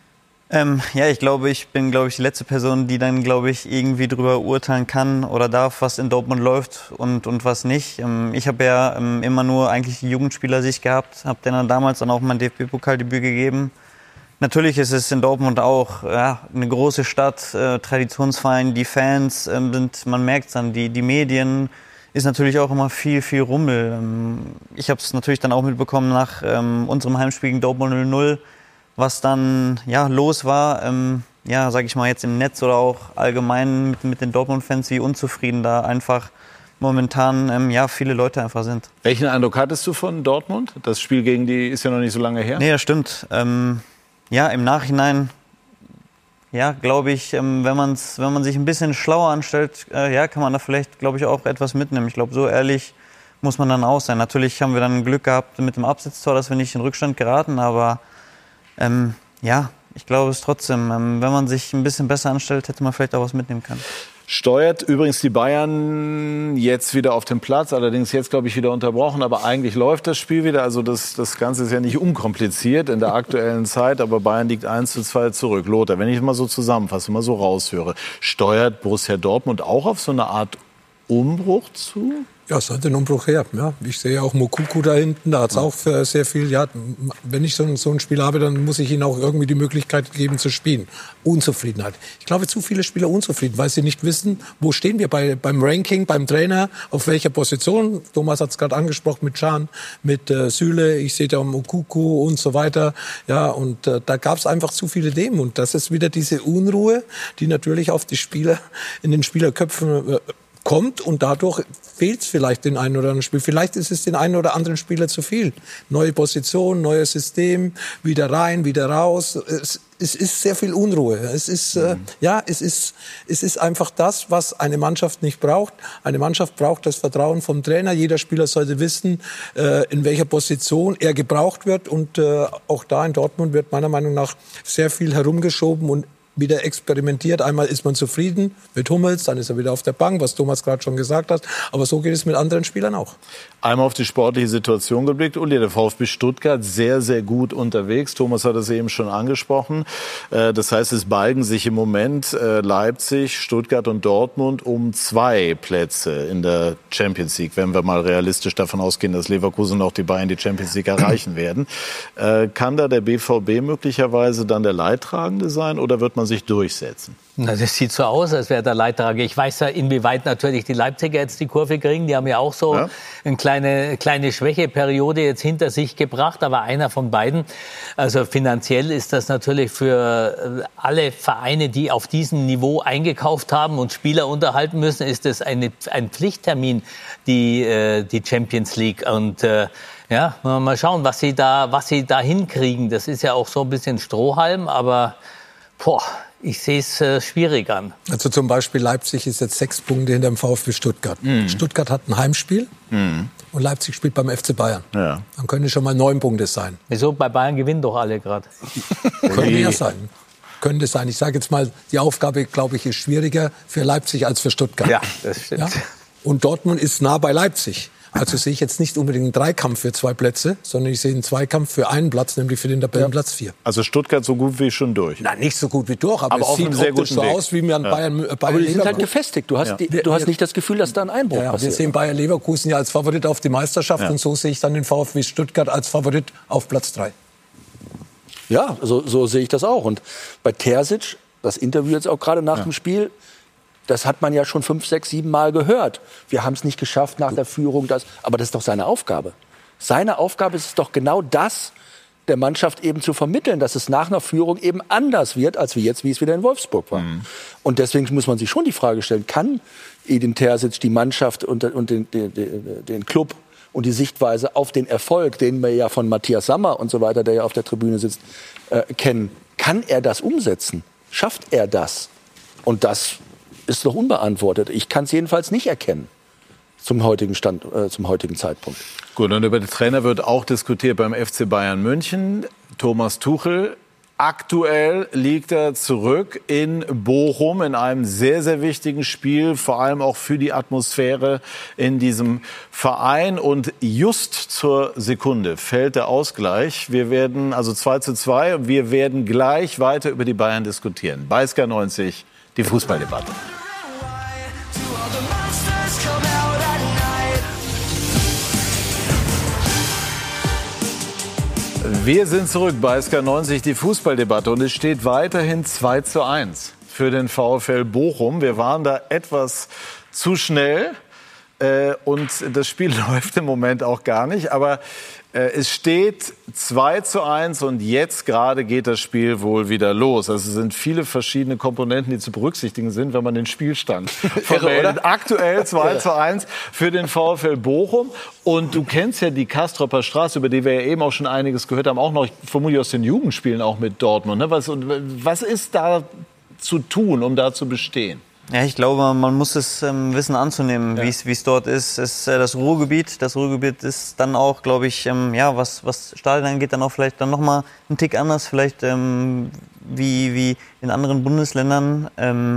Ich bin die letzte Person, die dann, irgendwie drüber urteilen kann oder darf, was in Dortmund läuft und was nicht. Ich habe immer nur eigentlich die Jugendspielersicht gehabt, habe denen dann damals auch mein DFB-Pokaldebüt gegeben. Natürlich ist es in Dortmund auch eine große Stadt, Traditionsverein, die Fans sind, man merkt es dann, die Medien, ist natürlich auch immer viel, viel Rummel. Ich habe es natürlich dann auch mitbekommen nach unserem Heimspiel gegen Dortmund 0-0, was dann los war. ja, sag ich mal jetzt im Netz oder auch allgemein mit den Dortmund-Fans, wie unzufrieden da einfach momentan viele Leute einfach sind. Welchen Eindruck hattest du von Dortmund? Das Spiel gegen die ist ja noch nicht so lange her. Nee, das stimmt. Im Nachhinein, glaube ich, wenn man sich ein bisschen schlauer anstellt, kann man da vielleicht, glaube ich, auch etwas mitnehmen. Ich glaube, so ehrlich muss man dann auch sein. Natürlich haben wir dann Glück gehabt mit dem Absetztor, dass wir nicht in Rückstand geraten, aber ich glaube es trotzdem. Wenn man sich ein bisschen besser anstellt, hätte man vielleicht auch was mitnehmen können. Steuert übrigens die Bayern jetzt wieder auf den Platz, allerdings jetzt, glaube ich, wieder unterbrochen, aber eigentlich läuft das Spiel wieder, also das Ganze ist ja nicht unkompliziert in der aktuellen Zeit, aber Bayern liegt 1:2 zurück. Lothar, wenn ich mal so zusammenfasse, mal so raushöre, steuert Borussia Dortmund auch auf so eine Art Umbruch zu? Ja, es hat den Umbruch her. Ja. Ich sehe auch Moukoko da hinten, da hat es auch sehr viel. Ja, wenn ich so ein Spiel habe, dann muss ich ihnen auch irgendwie die Möglichkeit geben zu spielen. Unzufriedenheit. Ich glaube, zu viele Spieler unzufrieden, weil sie nicht wissen, wo stehen wir beim Ranking, beim Trainer, auf welcher Position. Thomas hat es gerade angesprochen mit Can, mit Süle, ich sehe da Moukoko und so weiter. Ja, und da gab es einfach zu viele Themen. Und das ist wieder diese Unruhe, die natürlich auf die Spieler, in den Spielerköpfen kommt und dadurch fehlt es vielleicht den einen oder anderen Spieler. Vielleicht ist es den einen oder anderen Spieler zu viel. Neue Position, neues System, wieder rein, wieder raus. Es ist sehr viel Unruhe. Es ist einfach das, was eine Mannschaft nicht braucht. Eine Mannschaft braucht das Vertrauen vom Trainer. Jeder Spieler sollte wissen, in welcher Position er gebraucht wird. Und auch da in Dortmund wird meiner Meinung nach sehr viel herumgeschoben und wieder experimentiert. Einmal ist man zufrieden mit Hummels, dann ist er wieder auf der Bank, was Thomas gerade schon gesagt hat. Aber so geht es mit anderen Spielern auch. Einmal auf die sportliche Situation geblickt. Uli, der VfB Stuttgart sehr, sehr gut unterwegs. Thomas hat es eben schon angesprochen. Das heißt, es balgen sich im Moment Leipzig, Stuttgart und Dortmund um 2 Plätze in der Champions League, wenn wir mal realistisch davon ausgehen, dass Leverkusen und auch die Bayern die Champions League erreichen werden. Kann da der BVB möglicherweise dann der Leidtragende sein oder wird man sich durchsetzen? Na, das sieht so aus, als wäre der Leidtragende. Ich weiß ja, inwieweit natürlich die Leipziger jetzt die Kurve kriegen. Die haben ja auch so eine kleine Schwächeperiode jetzt hinter sich gebracht. Aber einer von beiden. Also finanziell ist das natürlich für alle Vereine, die auf diesem Niveau eingekauft haben und Spieler unterhalten müssen, ist das ein Pflichttermin, die Champions League. Und mal schauen, was sie da hinkriegen. Das ist ja auch so ein bisschen Strohhalm, aber ich sehe es schwierig an. Also zum Beispiel Leipzig ist jetzt 6 Punkte hinter dem VfB Stuttgart. Stuttgart hat ein Heimspiel und Leipzig spielt beim FC Bayern. Ja. Dann können es schon mal 9 Punkte sein. Wieso? Bei Bayern gewinnen doch alle gerade. Könnte ja sein. Könnte sein. Ich sage jetzt mal, die Aufgabe, glaube ich, ist schwieriger für Leipzig als für Stuttgart. Ja, das stimmt. Ja? Und Dortmund ist nah bei Leipzig. Also sehe ich jetzt nicht unbedingt einen Dreikampf für 2 Plätze, sondern ich sehe einen Zweikampf für einen Platz, nämlich für den Tabellenplatz 4. Also Stuttgart so gut wie schon durch? Na, nicht so gut wie durch, aber es sieht optisch so aus, wie man Bayern aber die sind halt gefestigt. Du hast nicht das Gefühl, dass da ein Einbruch passiert. Wir sehen Bayer Leverkusen ja als Favorit auf die Meisterschaft und so sehe ich dann den VfB Stuttgart als Favorit auf Platz 3. Ja, so sehe ich das auch. Und bei Terzic, das Interview jetzt auch gerade nach dem Spiel, das hat man ja schon 5, 6, 7 Mal gehört. Wir haben es nicht geschafft nach der Führung. Aber das ist doch seine Aufgabe. Seine Aufgabe ist es doch genau das, der Mannschaft eben zu vermitteln, dass es nach einer Führung eben anders wird, als wie es wieder in Wolfsburg war. Und deswegen muss man sich schon die Frage stellen, kann Edin Terzic die Mannschaft und den Club und die Sichtweise auf den Erfolg, den wir ja von Matthias Sammer und so weiter, der ja auf der Tribüne sitzt, kennen, kann er das umsetzen? Schafft er das? Und das ist noch unbeantwortet. Ich kann es jedenfalls nicht erkennen zum heutigen Zeitpunkt. Gut, und über den Trainer wird auch diskutiert beim FC Bayern München. Thomas Tuchel, aktuell liegt er zurück in Bochum in einem sehr, sehr wichtigen Spiel, vor allem auch für die Atmosphäre in diesem Verein. Und just zur Sekunde fällt der Ausgleich. Wir werden, also 2:2, wir werden gleich weiter über die Bayern diskutieren. Bei Sky 90, die Fußballdebatte. Wir sind zurück bei SK 90, die Fußballdebatte. Und es steht weiterhin 2:1 für den VfL Bochum. Wir waren da etwas zu schnell. und das Spiel läuft im Moment auch gar nicht. Aber es steht 2:1 und jetzt gerade geht das Spiel wohl wieder los. Also es sind viele verschiedene Komponenten, die zu berücksichtigen sind, wenn man den Spielstand vermeldet. Aktuell 2:1 für den VfL Bochum. Und du kennst ja die Kastropper Straße, über die wir ja eben auch schon einiges gehört haben, auch noch vermutlich aus den Jugendspielen auch mit Dortmund. Ne? Was ist da zu tun, um da zu bestehen? Ja, ich glaube, man muss es wissen anzunehmen, wie es dort ist. Es ist das Ruhrgebiet. Das Ruhrgebiet ist dann auch, glaube ich, was Stadien angeht, dann auch vielleicht dann noch mal einen Tick anders, vielleicht wie in anderen Bundesländern.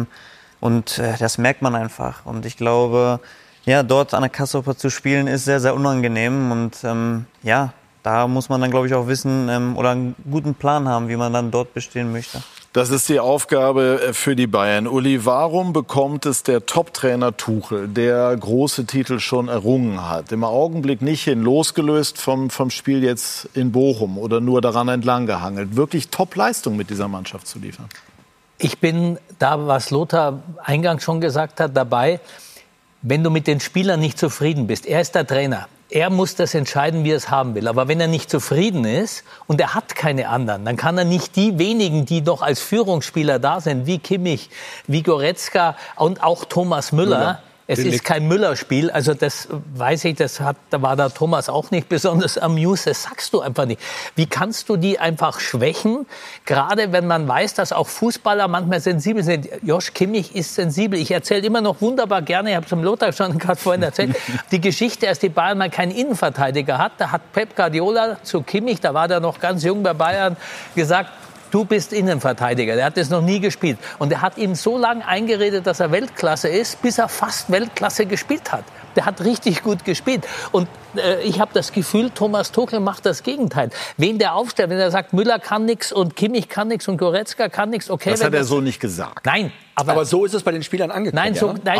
Und das merkt man einfach. Und ich glaube, ja, dort an der Kastropper zu spielen ist sehr, sehr unangenehm. Und da muss man dann, glaube ich, auch wissen oder einen guten Plan haben, wie man dann dort bestehen möchte. Das ist die Aufgabe für die Bayern. Uli, warum bekommt es der Top-Trainer Tuchel, der große Titel schon errungen hat, im Augenblick nicht hin, losgelöst vom Spiel jetzt in Bochum oder nur daran entlang gehangelt, wirklich Top-Leistung mit dieser Mannschaft zu liefern? Ich bin da, was Lothar eingangs schon gesagt hat, dabei, wenn du mit den Spielern nicht zufrieden bist. Er ist der Trainer. Er muss das entscheiden, wie er es haben will. Aber wenn er nicht zufrieden ist und er hat keine anderen, dann kann er nicht die wenigen, die noch als Führungsspieler da sind, wie Kimmich, wie Goretzka und auch Thomas Müller. Es ist kein Müller-Spiel, also das weiß ich, da war der Thomas auch nicht besonders amused, das sagst du einfach nicht. Wie kannst du die einfach schwächen, gerade wenn man weiß, dass auch Fußballer manchmal sensibel sind. Josh Kimmich ist sensibel, ich erzähle immer noch wunderbar gerne, ich habe es dem Lothar schon gerade vorhin erzählt, die Geschichte, als die Bayern mal keinen Innenverteidiger hat, da hat Pep Guardiola zu Kimmich, da war der noch ganz jung bei Bayern, gesagt, du bist Innenverteidiger. Der hat das noch nie gespielt. Und er hat ihm so lange eingeredet, dass er Weltklasse ist, bis er fast Weltklasse gespielt hat. Der hat richtig gut gespielt. Und ich habe das Gefühl, Thomas Tuchel macht das Gegenteil. Wen der aufstellt, wenn er sagt, Müller kann nichts und Kimmich kann nichts und Goretzka kann nichts, okay. Das hat er so nicht gesagt. Nein. Aber so ist es bei den Spielern angekommen.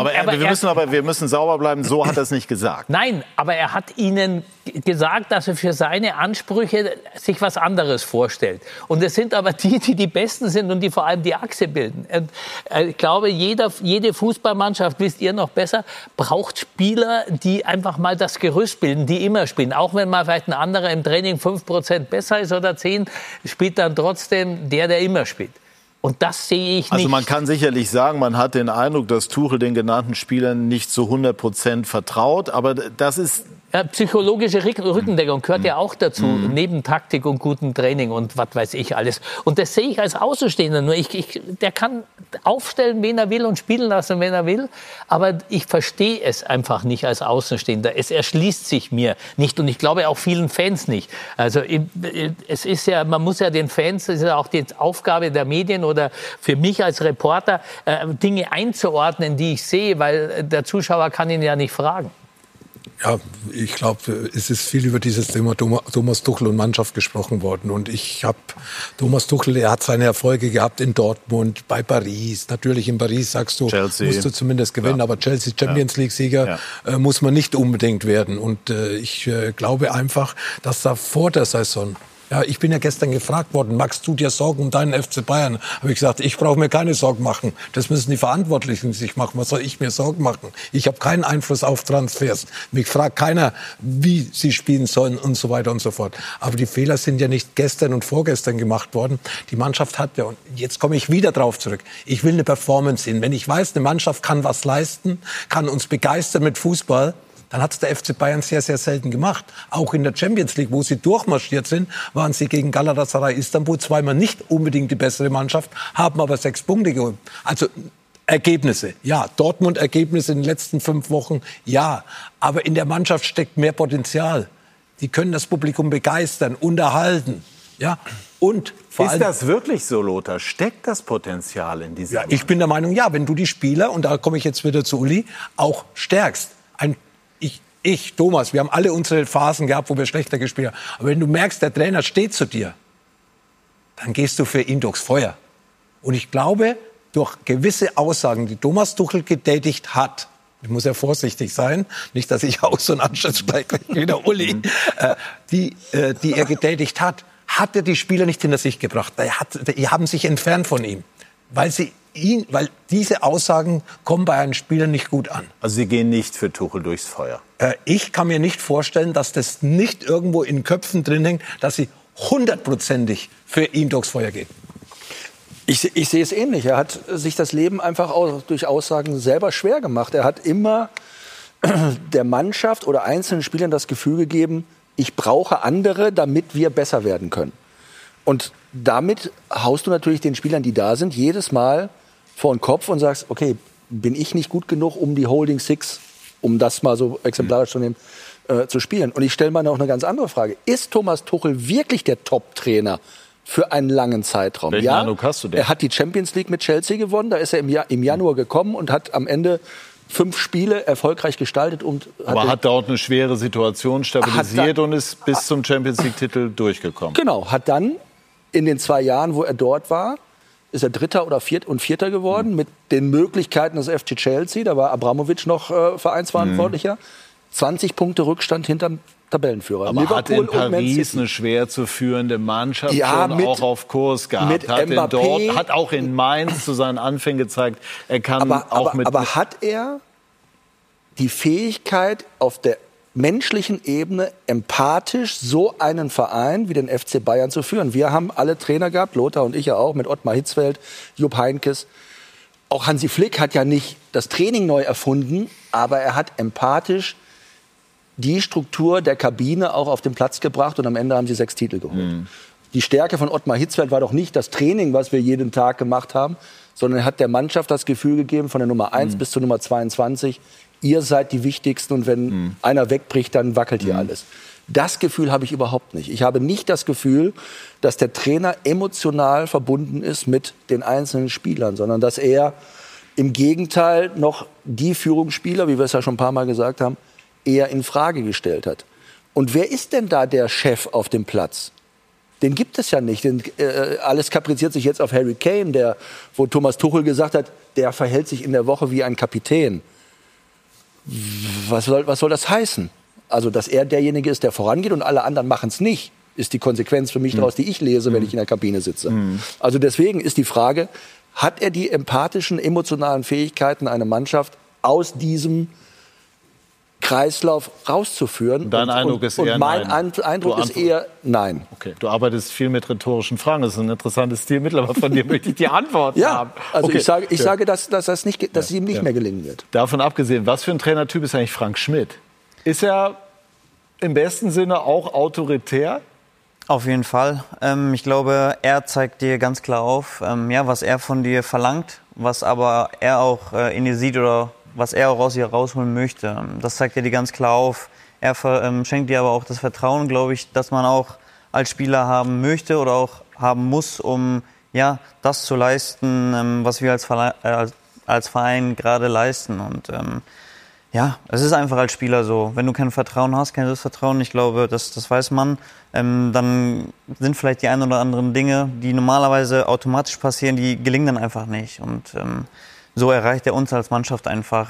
Wir müssen sauber bleiben, so hat er es nicht gesagt. Nein, aber er hat ihnen gesagt, dass er für seine Ansprüche sich was anderes vorstellt. Und es sind aber die Besten sind und die vor allem die Achse bilden. Und ich glaube, jede Fußballmannschaft, wisst ihr noch besser, braucht Spieler, die einfach mal das Gerüst bilden, die immer spielen. Auch wenn mal vielleicht ein anderer im Training 5% besser ist oder 10%, spielt dann trotzdem der immer spielt. Und das sehe ich nicht. Also man kann sicherlich sagen, man hat den Eindruck, dass Tuchel den genannten Spielern nicht zu 100% vertraut. Aber das ist... Ja, psychologische Rückendeckung gehört ja auch dazu, neben Taktik und gutem Training und was weiß ich alles. Und das sehe ich als Außenstehender nur. Der kann aufstellen, wen er will und spielen lassen, wen er will. Aber ich verstehe es einfach nicht als Außenstehender. Es erschließt sich mir nicht und ich glaube auch vielen Fans nicht. Also es ist ja, man muss ja den Fans, das ist ja auch die Aufgabe der Medien oder für mich als Reporter, Dinge einzuordnen, die ich sehe, weil der Zuschauer kann ihn ja nicht fragen. Ja, ich glaube, es ist viel über dieses Thema Thomas Tuchel und Mannschaft gesprochen worden. Und Thomas Tuchel, er hat seine Erfolge gehabt in Dortmund, bei Paris. Natürlich in Paris, sagst du, Chelsea. Musst du zumindest gewinnen. Ja. Aber Chelsea Champions League-Sieger muss man nicht unbedingt werden. Und ich glaube einfach, dass da vor der Saison... Ja, ich bin ja gestern gefragt worden, magst du dir Sorgen um deinen FC Bayern? Habe ich gesagt, ich brauche mir keine Sorgen machen. Das müssen die Verantwortlichen sich machen. Was soll ich mir Sorgen machen? Ich habe keinen Einfluss auf Transfers. Mich fragt keiner, wie sie spielen sollen und so weiter und so fort. Aber die Fehler sind ja nicht gestern und vorgestern gemacht worden. Die Mannschaft hat ja, und jetzt komme ich wieder drauf zurück, ich will eine Performance sehen. Wenn ich weiß, eine Mannschaft kann was leisten, kann uns begeistern mit Fußball, dann hat es der FC Bayern sehr, sehr selten gemacht. Auch in der Champions League, wo sie durchmarschiert sind, waren sie gegen Galatasaray Istanbul zweimal nicht unbedingt die bessere Mannschaft, haben aber 6 Punkte geholt. Also Ergebnisse, ja. Dortmund-Ergebnisse in den letzten 5 Wochen, ja. Aber in der Mannschaft steckt mehr Potenzial. Die können das Publikum begeistern, unterhalten, ja. Und vor allem, ist das wirklich so, Lothar? Steckt das Potenzial in diesem Ich bin der Meinung, ja. Wenn du die Spieler, und da komme ich jetzt wieder zu Uli, auch stärkst. Thomas, wir haben alle unsere Phasen gehabt, wo wir schlechter gespielt haben. Aber wenn du merkst, der Trainer steht zu dir, dann gehst du für ihn durchs Feuer. Und ich glaube, durch gewisse Aussagen, die Thomas Tuchel getätigt hat, ich muss ja vorsichtig sein, nicht, dass ich aus und anschließend gleich wieder Uli, die er getätigt hat, hat er die Spieler nicht hinter sich gebracht. Die haben sich entfernt von ihm, weil sie weil diese Aussagen kommen bei einem Spieler nicht gut an. Also Sie gehen nicht für Tuchel durchs Feuer? Ich kann mir nicht vorstellen, dass das nicht irgendwo in Köpfen drin hängt, dass sie 100%ig für ihn durchs Feuer gehen. Ich sehe es ähnlich. Er hat sich das Leben einfach auch durch Aussagen selber schwer gemacht. Er hat immer der Mannschaft oder einzelnen Spielern das Gefühl gegeben, ich brauche andere, damit wir besser werden können. Und damit haust du natürlich den Spielern, die da sind, jedes Mal vor den Kopf und sagst, okay, bin ich nicht gut genug, um die Holding Six, um das mal so exemplarisch zu nehmen, zu spielen. Und ich stelle mal noch eine ganz andere Frage. Ist Thomas Tuchel wirklich der Top-Trainer für einen langen Zeitraum? Welchen Eindruck hast du denn? Er hat die Champions League mit Chelsea gewonnen. Da ist er im Januar gekommen und hat am Ende 5 Spiele erfolgreich gestaltet. Aber hat dort eine schwere Situation stabilisiert und ist bis zum Champions League-Titel durchgekommen. Genau, hat dann in den 2 Jahren, wo er dort war, ist er Dritter oder Vierter geworden mit den Möglichkeiten des FC Chelsea. Da war Abramovic noch Vereinsverantwortlicher. 20 Punkte Rückstand hinterm Tabellenführer. Aber Liverpool hat in Paris eine schwer zu führende Mannschaft schon auch auf Kurs gehabt. Mit Mbappé, hat auch in Mainz zu seinen Anfängen gezeigt, er kann aber hat er die Fähigkeit, auf der menschlichen Ebene empathisch so einen Verein wie den FC Bayern zu führen? Wir haben alle Trainer gehabt, Lothar und ich ja auch, mit Ottmar Hitzfeld, Jupp Heynckes. Auch Hansi Flick hat ja nicht das Training neu erfunden, aber er hat empathisch die Struktur der Kabine auch auf den Platz gebracht und am Ende haben sie 6 Titel geholt. Die Stärke von Ottmar Hitzfeld war doch nicht das Training, was wir jeden Tag gemacht haben, sondern er hat der Mannschaft das Gefühl gegeben, von der Nummer 1 bis zur Nummer 22, ihr seid die Wichtigsten und wenn einer wegbricht, dann wackelt hier alles. Das Gefühl habe ich überhaupt nicht. Ich habe nicht das Gefühl, dass der Trainer emotional verbunden ist mit den einzelnen Spielern, sondern dass er im Gegenteil noch die Führungsspieler, wie wir es ja schon ein paar Mal gesagt haben, eher in Frage gestellt hat. Und wer ist denn da der Chef auf dem Platz? Den gibt es ja nicht. Alles kapriziert sich jetzt auf Harry Kane, wo Thomas Tuchel gesagt hat, der verhält sich in der Woche wie ein Kapitän. Was soll das heißen? Also, dass er derjenige ist, der vorangeht und alle anderen machen es nicht, ist die Konsequenz für mich daraus, die ich lese, wenn ich in der Kabine sitze. Also deswegen ist die Frage, hat er die empathischen, emotionalen Fähigkeiten, eine Mannschaft aus diesem Kreislauf rauszuführen? Dein Eindruck ist eher nein. Mein Eindruck ist eher nein. Okay. Du arbeitest viel mit rhetorischen Fragen. Das ist ein interessantes Stilmittel, aber von dir möchte ich die Antwort haben. Also okay. Ich sage, dass es ihm nicht mehr gelingen wird. Davon abgesehen, was für ein Trainertyp ist eigentlich Frank Schmidt? Ist er im besten Sinne auch autoritär? Auf jeden Fall. Ich glaube, er zeigt dir ganz klar auf, was er von dir verlangt, was aber er auch in dir sieht oder was er auch aus ihr rausholen möchte. Das zeigt er dir ganz klar auf. Er schenkt dir aber auch das Vertrauen, glaube ich, das man auch als Spieler haben möchte oder auch haben muss, um das zu leisten, was wir als Verein gerade leisten. Und es ist einfach als Spieler so. Wenn du kein Vertrauen hast, kein Selbstvertrauen, ich glaube, das weiß man, dann sind vielleicht die ein oder anderen Dinge, die normalerweise automatisch passieren, die gelingen dann einfach nicht. Und so erreicht er uns als Mannschaft einfach,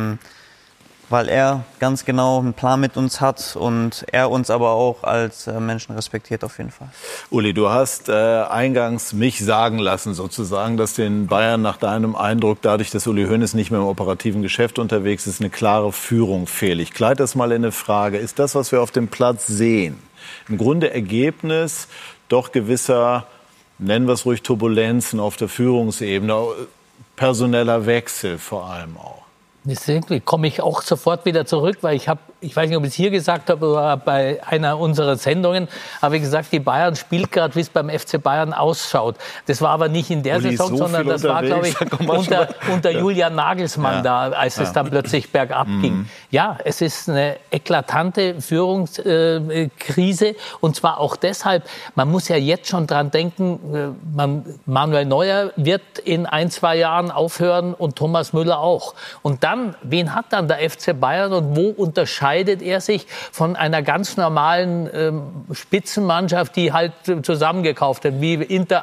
weil er ganz genau einen Plan mit uns hat und er uns aber auch als Menschen respektiert auf jeden Fall. Uli, du hast eingangs mich sagen lassen sozusagen, dass den Bayern nach deinem Eindruck, dadurch, dass Uli Hoeneß nicht mehr im operativen Geschäft unterwegs ist, eine klare Führung fehlt. Ich kleide das mal in eine Frage. Ist das, was wir auf dem Platz sehen, im Grunde Ergebnis doch gewisser, nennen wir es ruhig, Turbulenzen auf der Führungsebene, personeller Wechsel vor allem auch? Deswegen komme ich auch sofort wieder zurück, weil ich weiß nicht, ob ich es hier gesagt habe oder bei einer unserer Sendungen, habe ich gesagt, die Bayern spielt gerade, wie es beim FC Bayern ausschaut. Das war aber nicht in der Saison, sondern das war, glaube ich, unter Julian Nagelsmann da, als es dann plötzlich bergab ging. Ja, es ist eine eklatante Führungskrise und zwar auch deshalb, man muss ja jetzt schon dran denken, Manuel Neuer wird in 1-2 Jahren aufhören und Thomas Müller auch. Und dann, wen hat dann der FC Bayern und wo unterscheidet unterscheidet er sich von einer ganz normalen Spitzenmannschaft, die halt zusammengekauft hat, wie Inter,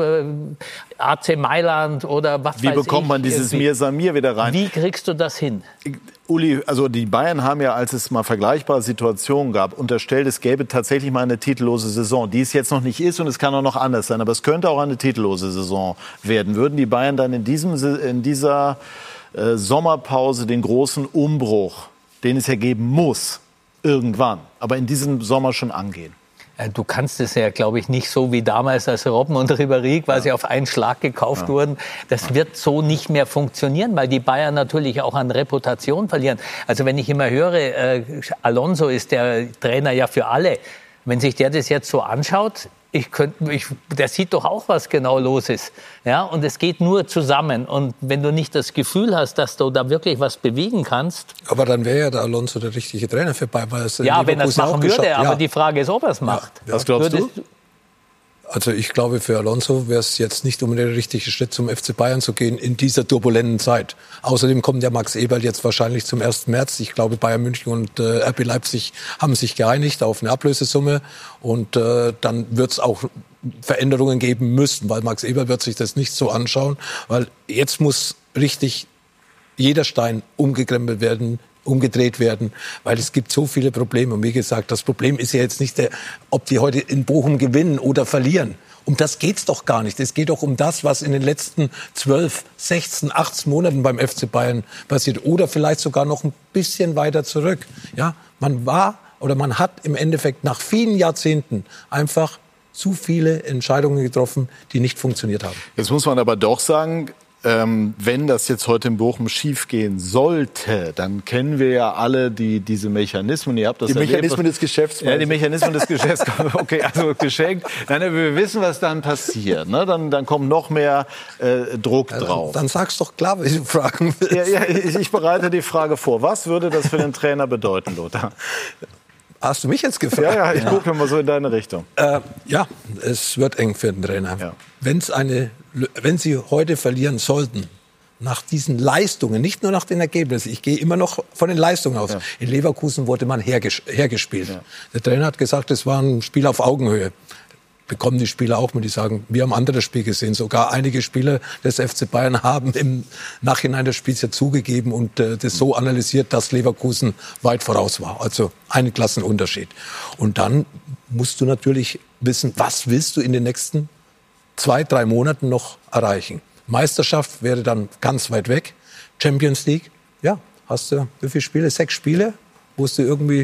AC Mailand oder was weiß ich. Wie bekommt man dieses Mir Samir wieder rein? Wie kriegst du das hin? Uli, also die Bayern haben ja, als es mal vergleichbare Situationen gab, unterstellt, es gäbe tatsächlich mal eine titellose Saison, die es jetzt noch nicht ist und es kann auch noch anders sein, aber es könnte auch eine titellose Saison werden. Würden die Bayern dann in dieser Sommerpause den großen Umbruch, den es ja geben muss, irgendwann, aber in diesem Sommer schon angehen? Du kannst es ja, glaube ich, nicht so wie damals, als Robben und Ribéry quasi auf einen Schlag gekauft wurden. Das wird so nicht mehr funktionieren, weil die Bayern natürlich auch an Reputation verlieren. Also wenn ich immer höre, Alonso ist der Trainer ja für alle. Wenn sich der das jetzt so anschaut, der sieht doch auch, was genau los ist. Ja, und es geht nur zusammen. Und wenn du nicht das Gefühl hast, dass du da wirklich was bewegen kannst. Aber dann wäre ja der Alonso der richtige Trainer für Bayern. Ja, wenn er es machen würde. Aber die Frage ist, ob er es macht. Ja. Was glaubst du? Also ich glaube, für Alonso wäre es jetzt nicht unbedingt der richtige Schritt, zum FC Bayern zu gehen in dieser turbulenten Zeit. Außerdem kommt ja Max Eberl jetzt wahrscheinlich zum 1. März. Ich glaube, Bayern München und RB Leipzig haben sich geeinigt auf eine Ablösesumme. Und dann wird es auch Veränderungen geben müssen, weil Max Eberl wird sich das nicht so anschauen. Weil jetzt muss richtig jeder Stein umgedreht werden, weil es gibt so viele Probleme. Und wie gesagt, das Problem ist ja jetzt nicht, ob die heute in Bochum gewinnen oder verlieren. Um das geht's doch gar nicht. Es geht doch um das, was in den letzten 12, 16, 18 Monaten beim FC Bayern passiert. Oder vielleicht sogar noch ein bisschen weiter zurück. Ja, man hat im Endeffekt nach vielen Jahrzehnten einfach zu viele Entscheidungen getroffen, die nicht funktioniert haben. Jetzt muss man aber doch sagen, wenn das jetzt heute in Bochum schiefgehen sollte, dann kennen wir ja alle diese Mechanismen. Ihr habt das erlebt. Mechanismen des Geschäfts. Ja, die Mechanismen des Geschäfts. Okay, also geschenkt. Nein, wir wissen, was dann passiert. Ne? Dann kommt noch mehr Druck drauf. Dann sag's doch klar, wie du fragen willst. Ja, ich bereite die Frage vor. Was würde das für den Trainer bedeuten, Lothar? Hast du mich jetzt gefragt? Ja, ich gucke mal so in deine Richtung. Ja, es wird eng für den Trainer. Ja. Wenn sie heute verlieren sollten, nach diesen Leistungen, nicht nur nach den Ergebnissen, ich gehe immer noch von den Leistungen aus. Ja. In Leverkusen wurde man hergespielt. Ja. Der Trainer hat gesagt, es war ein Spiel auf Augenhöhe. Bekommen die Spieler auch mit, die sagen, wir haben ein anderes Spiel gesehen. Sogar einige Spieler des FC Bayern haben im Nachhinein des Spiels ja zugegeben und das so analysiert, dass Leverkusen weit voraus war. Also ein Klassenunterschied. Und dann musst du natürlich wissen, was willst du in den nächsten 2-3 Monaten noch erreichen. Meisterschaft wäre dann ganz weit weg. Champions League, ja, hast du wie viele Spiele? 6 Spiele, wo du irgendwie...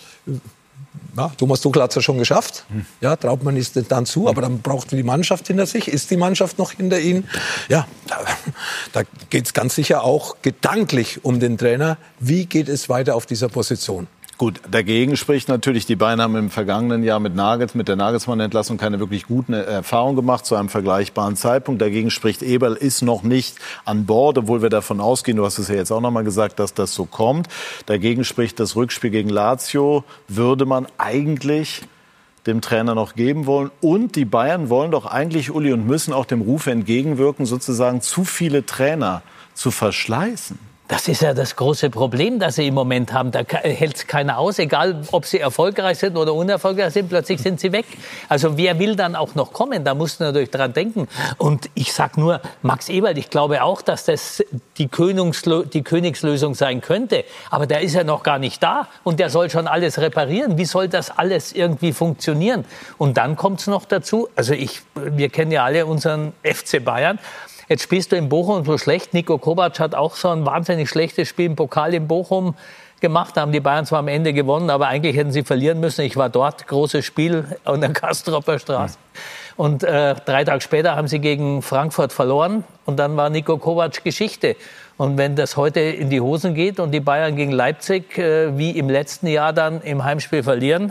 Ja, Thomas Tuchel hat es ja schon geschafft. Ja, Trautmann ist dann zu, aber dann braucht die Mannschaft hinter sich. Ist die Mannschaft noch hinter ihnen? Ja, da geht es ganz sicher auch gedanklich um den Trainer. Wie geht es weiter auf dieser Position? Gut, dagegen spricht natürlich, die Bayern haben im vergangenen Jahr mit der Nagelsmann-Entlassung keine wirklich guten Erfahrungen gemacht zu einem vergleichbaren Zeitpunkt. Dagegen spricht, Eberl ist noch nicht an Bord, obwohl wir davon ausgehen, du hast es ja jetzt auch noch mal gesagt, dass das so kommt. Dagegen spricht das Rückspiel gegen Lazio, würde man eigentlich dem Trainer noch geben wollen. Und die Bayern wollen doch eigentlich, Uli, und müssen auch dem Ruf entgegenwirken, sozusagen zu viele Trainer zu verschleißen. Das ist ja das große Problem, das sie im Moment haben. Da hält es keiner aus, egal ob sie erfolgreich sind oder unerfolgreich sind, plötzlich sind sie weg. Also wer will dann auch noch kommen? Da musst du natürlich dran denken. Und ich sag nur, Max Eberl, ich glaube auch, dass das die Königslösung sein könnte. Aber der ist ja noch gar nicht da und der soll schon alles reparieren. Wie soll das alles irgendwie funktionieren? Und dann kommt es noch dazu, also wir kennen ja alle unseren FC Bayern. Jetzt spielst du in Bochum so schlecht. Niko Kovac hat auch so ein wahnsinnig schlechtes Spiel im Pokal in Bochum gemacht. Da haben die Bayern zwar am Ende gewonnen, aber eigentlich hätten sie verlieren müssen. Ich war dort, großes Spiel an der Kastropper Straße. Und 3 Tage später haben sie gegen Frankfurt verloren. Und dann war Niko Kovac Geschichte. Und wenn das heute in die Hosen geht und die Bayern gegen Leipzig wie im letzten Jahr dann im Heimspiel verlieren,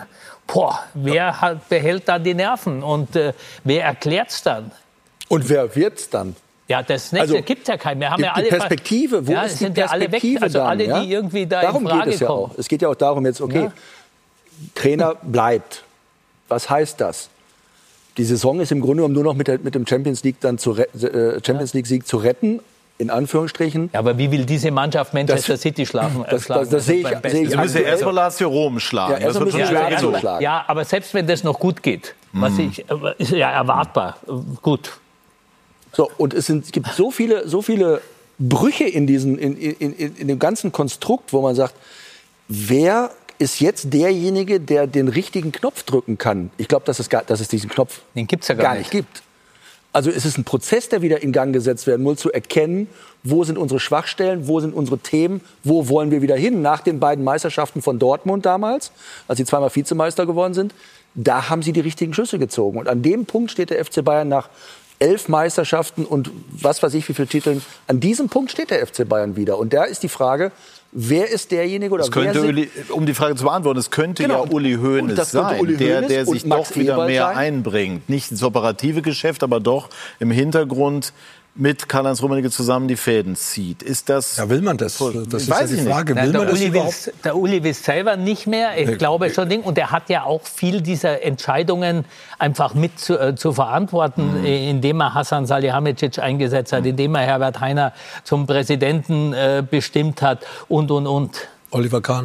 wer behält dann die Nerven? Und wer erklärt's dann? Und wer wird's dann? Ja, das nächste gibt es ja keinen. Wir haben ja alle Perspektive, wo ist die sind ja alle weg, also dann, alle, die irgendwie da darum in Frage geht es ja kommen. auch. Es geht ja auch darum jetzt, okay, Trainer bleibt. Was heißt das? Die Saison ist im Grunde genommen nur noch mit dem Champions League Sieg zu retten. in Anführungsstrichen. Ja, aber wie will diese Mannschaft Manchester City schlagen? Das sehe ich. Sie müssen ja erstmal Lazio Rom schlagen. Ja, das wird schon schwer zu schlagen. Ja, aber selbst wenn das noch gut geht, ist ja erwartbar. Gut. So, und es gibt so viele Brüche in dem ganzen Konstrukt, wo man sagt, wer ist jetzt derjenige, der den richtigen Knopf drücken kann? Ich glaube, dass es diesen Knopf den gibt's ja gar nicht gibt. Also es ist ein Prozess, der wieder in Gang gesetzt werden muss, zu erkennen, wo sind unsere Schwachstellen, wo sind unsere Themen, wo wollen wir wieder hin. Nach den beiden Meisterschaften von Dortmund damals, als sie zweimal Vizemeister geworden sind, da haben sie die richtigen Schlüsse gezogen. Und an dem Punkt steht der FC Bayern nach 11 Meisterschaften und was weiß ich wie viele Titeln. An diesem Punkt steht der FC Bayern wieder. Und da ist die Frage, wer ist derjenige oder um die Frage zu beantworten, es könnte ja Uli Hoeneß sein, der sich doch wieder mehr einbringt. Nicht ins operative Geschäft, aber doch im Hintergrund mit Karl-Heinz Rummenigge zusammen die Fäden zieht. Ist das... Ja, will man das? Das ist ja die Frage. Nein, der Uli will selber nicht mehr. Ich glaube schon. Und er hat ja auch viel dieser Entscheidungen einfach mit zu verantworten, indem er Hasan Salihamidzic eingesetzt hat, indem er Herbert Hainer zum Präsidenten bestimmt hat und. Oliver Kahn.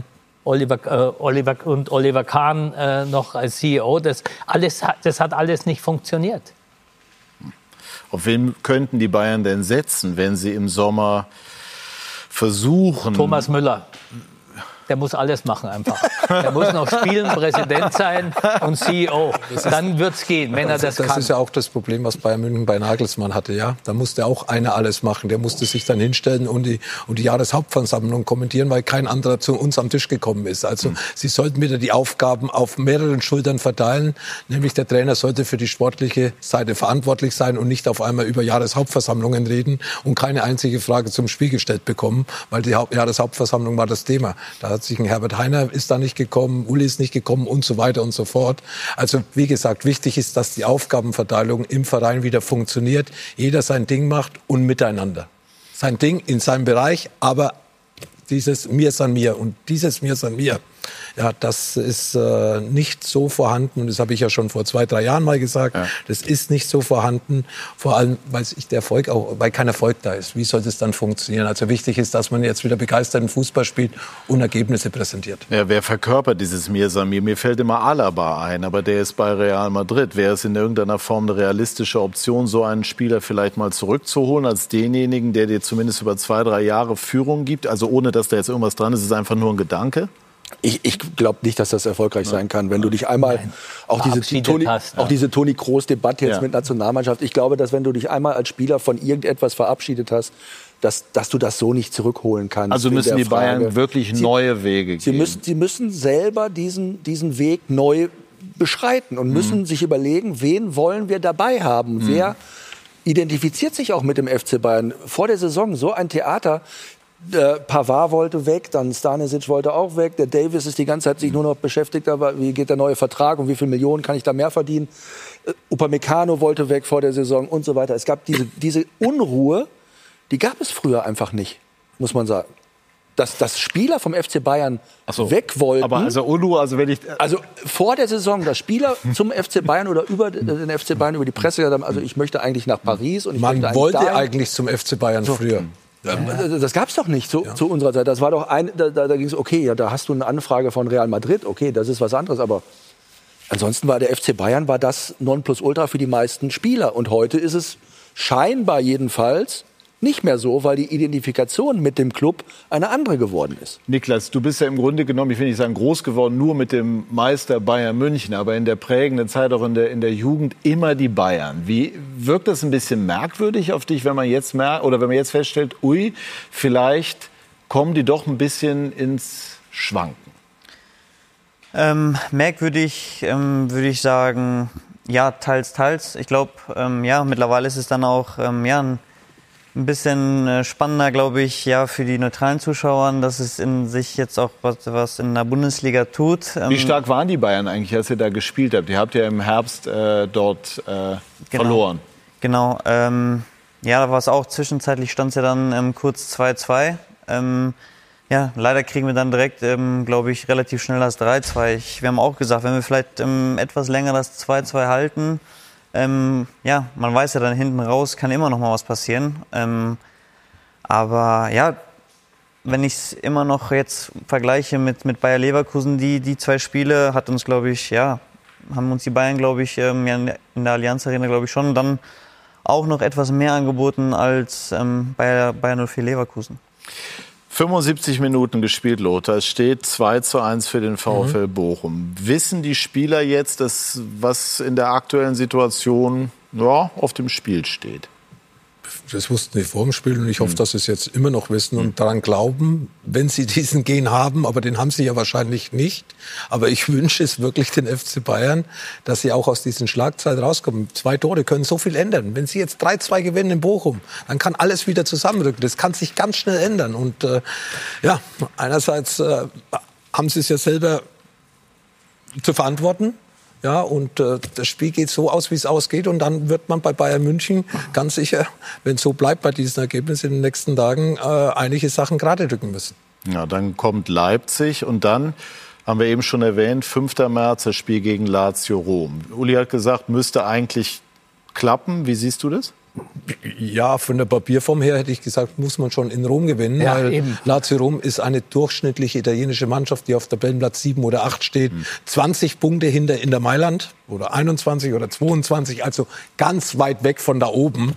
Oliver Kahn noch als CEO. Das hat alles nicht funktioniert. Auf wen könnten die Bayern denn setzen, wenn sie im Sommer versuchen... Thomas Müller. Der muss alles machen einfach. Der muss noch spielen, Präsident sein und CEO. Dann wird's gehen, wenn er das kann. Das ist ja auch das Problem, was Bayern München bei Nagelsmann hatte. Ja? Da musste auch einer alles machen. Der musste sich dann hinstellen und die Jahreshauptversammlung kommentieren, weil kein anderer zu uns am Tisch gekommen ist. Also sie sollten wieder die Aufgaben auf mehreren Schultern verteilen. Nämlich der Trainer sollte für die sportliche Seite verantwortlich sein und nicht auf einmal über Jahreshauptversammlungen reden und keine einzige Frage zum Spiel gestellt bekommen, weil die Jahreshauptversammlung war das Thema. Da hat sich ein Herbert Hainer ist da nicht gekommen, Uli ist nicht gekommen und so weiter und so fort. Also wie gesagt, wichtig ist, dass die Aufgabenverteilung im Verein wieder funktioniert. Jeder sein Ding macht und miteinander. Sein Ding in seinem Bereich, aber dieses Mir san mir und dieses Mir san mir. Ja, das ist nicht so vorhanden und das habe ich ja schon vor 2-3 Jahren mal gesagt. Ja. Das ist nicht so vorhanden, vor allem weil kein Erfolg da ist. Wie soll das dann funktionieren? Also wichtig ist, dass man jetzt wieder begeisterten Fußball spielt und Ergebnisse präsentiert. Ja, wer verkörpert dieses Mir san mir? Mir fällt immer Alaba ein, aber der ist bei Real Madrid. Wäre es in irgendeiner Form eine realistische Option, so einen Spieler vielleicht mal zurückzuholen als denjenigen, der dir zumindest über 2-3 Jahre Führung gibt? Also ohne, dass da jetzt irgendwas dran ist, ist es einfach nur ein Gedanke? Ich glaube nicht, dass das erfolgreich sein kann, wenn du dich einmal auch diese Toni Kroos-Debatte jetzt mit Nationalmannschaft. Ich glaube, dass wenn du dich einmal als Spieler von irgendetwas verabschiedet hast, dass du das so nicht zurückholen kannst. Also müssen die Bayern wirklich neue Wege gehen. Sie müssen selber diesen Weg neu beschreiten und müssen sich überlegen, wen wollen wir dabei haben? Wer identifiziert sich auch mit dem FC Bayern? Vor der Saison so ein Theater. Pavard wollte weg, dann Stanisic wollte auch weg. Der Davis ist die ganze Zeit sich nur noch beschäftigt, aber wie geht der neue Vertrag und wie viele Millionen kann ich da mehr verdienen? Upamecano wollte weg vor der Saison und so weiter. Es gab diese Unruhe, die gab es früher einfach nicht, muss man sagen. Dass Spieler vom FC Bayern weg wollten. Aber also vor der Saison, dass Spieler zum FC Bayern oder über den FC Bayern über die Presse gesagt haben, also ich möchte eigentlich nach Paris und ich möchte eigentlich zum FC Bayern früher. Das gab's doch nicht zu unserer Zeit. Das war doch da ging es, okay, ja, da hast du eine Anfrage von Real Madrid, okay, das ist was anderes, aber ansonsten war der FC Bayern das Nonplusultra für die meisten Spieler. Und heute ist es scheinbar jedenfalls nicht mehr so, weil die Identifikation mit dem Club eine andere geworden ist. Niklas, du bist ja im Grunde genommen, ich will nicht sagen groß geworden, nur mit dem Meister Bayern München, aber in der prägenden Zeit auch in der Jugend immer die Bayern. Wie wirkt das ein bisschen merkwürdig auf dich, wenn man jetzt feststellt, ui, vielleicht kommen die doch ein bisschen ins Schwanken? Merkwürdig würde ich sagen, ja, teils. Ich glaube, mittlerweile ist es dann auch ein bisschen spannender, glaube ich, für die neutralen Zuschauer, dass es in sich jetzt auch was in der Bundesliga tut. Wie stark waren die Bayern eigentlich, als ihr da gespielt habt? Ihr habt ja im Herbst dort verloren. Genau. Da war es auch zwischenzeitlich, stand es ja dann kurz 2-2. Leider kriegen wir dann direkt, glaube ich, relativ schnell das 3-2. Wir haben auch gesagt, wenn wir vielleicht etwas länger das 2-2 halten, man weiß ja dann hinten raus, kann immer noch mal was passieren. Aber ja, wenn ich es immer noch jetzt vergleiche mit Bayer Leverkusen, die 2 Spiele hat uns, glaube ich, haben uns die Bayern, glaube ich, in der Allianz Arena, glaube ich, schon dann auch noch etwas mehr angeboten als Bayer 04 Leverkusen. 75 Minuten gespielt, Lothar. Es steht 2:1 für den VfL Bochum. Wissen die Spieler jetzt, was in der aktuellen Situation auf dem Spiel steht? Das wussten die vor dem Spiel und ich hoffe, dass sie es jetzt immer noch wissen und daran glauben, wenn sie diesen Gen haben, aber den haben sie ja wahrscheinlich nicht. Aber ich wünsche es wirklich den FC Bayern, dass sie auch aus diesen Schlagzeilen rauskommen. 2 Tore können so viel ändern. Wenn sie jetzt 3-2 gewinnen in Bochum, dann kann alles wieder zusammenrücken. Das kann sich ganz schnell ändern. Und einerseits haben sie es ja selber zu verantworten. Ja, und das Spiel geht so aus, wie es ausgeht. Und dann wird man bei Bayern München ganz sicher, wenn es so bleibt bei diesem Ergebnis in den nächsten Tagen, einige Sachen gerade rücken müssen. Ja, dann kommt Leipzig und dann, haben wir eben schon erwähnt, 5. März das Spiel gegen Lazio Rom. Uli hat gesagt, müsste eigentlich klappen. Wie siehst du das? Ja, von der Papierform her hätte ich gesagt, muss man schon in Rom gewinnen, weil eben. Lazio Rom ist eine durchschnittliche italienische Mannschaft, die auf Tabellenplatz 7 oder 8 steht. 20 Punkte hinter Inter Mailand oder 21 oder 22, also ganz weit weg von da oben.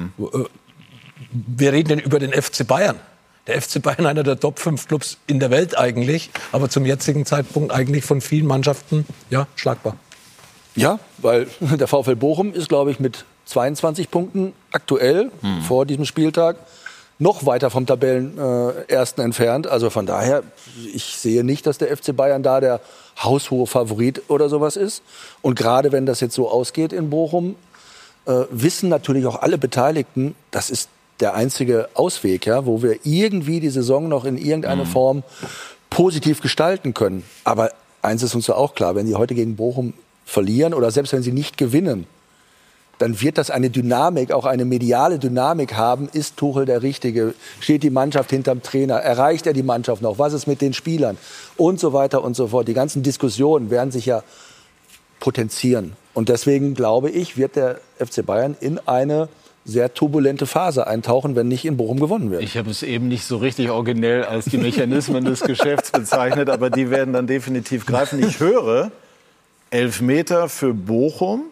Wir reden denn über den FC Bayern. Der FC Bayern, einer der Top 5 Clubs in der Welt eigentlich, aber zum jetzigen Zeitpunkt eigentlich von vielen Mannschaften schlagbar. Ja, weil der VfL Bochum ist, glaube ich, mit 22 Punkten aktuell vor diesem Spieltag noch weiter vom Tabellenersten entfernt. Also von daher, ich sehe nicht, dass der FC Bayern da der haushohe Favorit oder sowas ist. Und gerade wenn das jetzt so ausgeht in Bochum, wissen natürlich auch alle Beteiligten, das ist der einzige Ausweg, wo wir irgendwie die Saison noch in irgendeiner Form positiv gestalten können. Aber eins ist uns ja auch klar, wenn die heute gegen Bochum verlieren oder selbst wenn sie nicht gewinnen, dann wird das eine Dynamik, auch eine mediale Dynamik haben. Ist Tuchel der Richtige? Steht die Mannschaft hinterm Trainer? Erreicht er die Mannschaft noch? Was ist mit den Spielern? Und so weiter und so fort. Die ganzen Diskussionen werden sich ja potenzieren. Und deswegen, glaube ich, wird der FC Bayern in eine sehr turbulente Phase eintauchen, wenn nicht in Bochum gewonnen wird. Ich habe es eben nicht so richtig originell als die Mechanismen des Geschäfts bezeichnet, aber die werden dann definitiv greifen. Ich höre Elfmeter für Bochum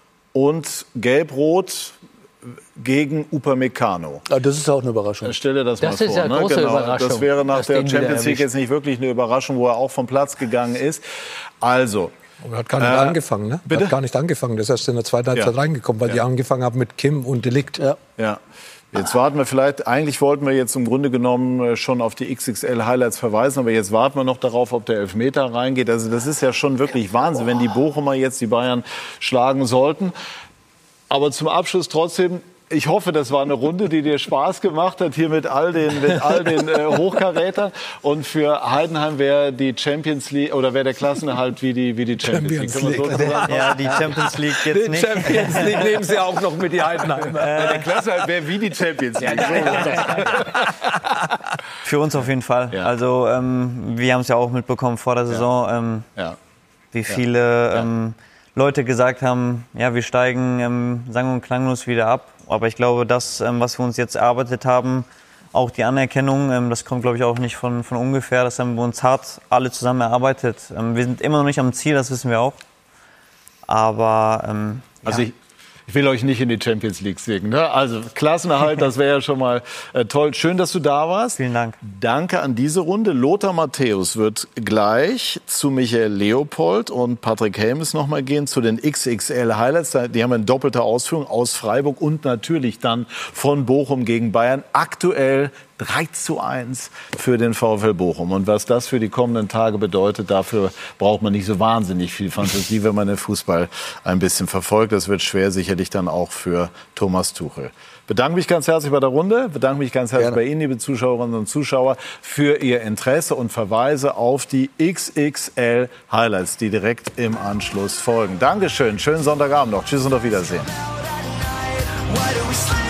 und Gelb-Rot gegen Upamecano. Das ist auch eine Überraschung. Stell dir das mal vor. Das ist ja eine große Überraschung. Das wäre nach der Champions League jetzt nicht wirklich eine Überraschung, wo er auch vom Platz gegangen ist. Also. Aber er hat gar nicht angefangen, ne? Bitte? Er hat gar nicht angefangen. Der ist erst in der zweiten Halbzeit reingekommen, weil die angefangen haben mit Kim und De Ligt. Ja. Jetzt warten wir eigentlich wollten wir jetzt im Grunde genommen schon auf die XXL-Highlights verweisen, aber jetzt warten wir noch darauf, ob der Elfmeter reingeht. Also das ist ja schon wirklich Wahnsinn, wenn die Bochumer jetzt die Bayern schlagen sollten. Aber zum Abschluss trotzdem, ich hoffe, das war eine Runde, die dir Spaß gemacht hat, hier mit all den Hochkarätern. Und für Heidenheim wäre die Champions League oder wäre der Klassenerhalt wie die Champions League. Ja, die Champions League jetzt nicht. Die Champions League nehmen sie auch noch mit die Heidenheim. Der Klassenerhalt wäre wie die Champions League. Für uns auf jeden Fall. Ja. Also wir haben es ja auch mitbekommen vor der Saison, wie viele Leute gesagt haben, ja, wir steigen sang- und klanglos wieder ab. Aber ich glaube, das, was wir uns jetzt erarbeitet haben, auch die Anerkennung, das kommt, glaube ich, auch nicht von ungefähr. Das haben wir uns hart alle zusammen erarbeitet. Wir sind immer noch nicht am Ziel, das wissen wir auch. Aber also ich will euch nicht in die Champions League singen. Ne? Also Klassenerhalt, das wäre ja schon mal toll. Schön, dass du da warst. Vielen Dank. Danke an diese Runde. Lothar Matthäus wird gleich zu Michael Leopold und Patrick Helmes noch mal gehen, zu den XXL Highlights. Die haben eine doppelte Ausführung aus Freiburg und natürlich dann von Bochum gegen Bayern. Aktuell 3:1 für den VfL Bochum. Und was das für die kommenden Tage bedeutet, dafür braucht man nicht so wahnsinnig viel Fantasie, wenn man den Fußball ein bisschen verfolgt. Das wird schwer, sicherlich dann auch für Thomas Tuchel. Bedanke mich ganz herzlich bei der Runde, bedanke mich ganz herzlich bei Ihnen, liebe Zuschauerinnen und Zuschauer, für Ihr Interesse und verweise auf die XXL Highlights, die direkt im Anschluss folgen. Dankeschön, schönen Sonntagabend noch. Tschüss und auf Wiedersehen.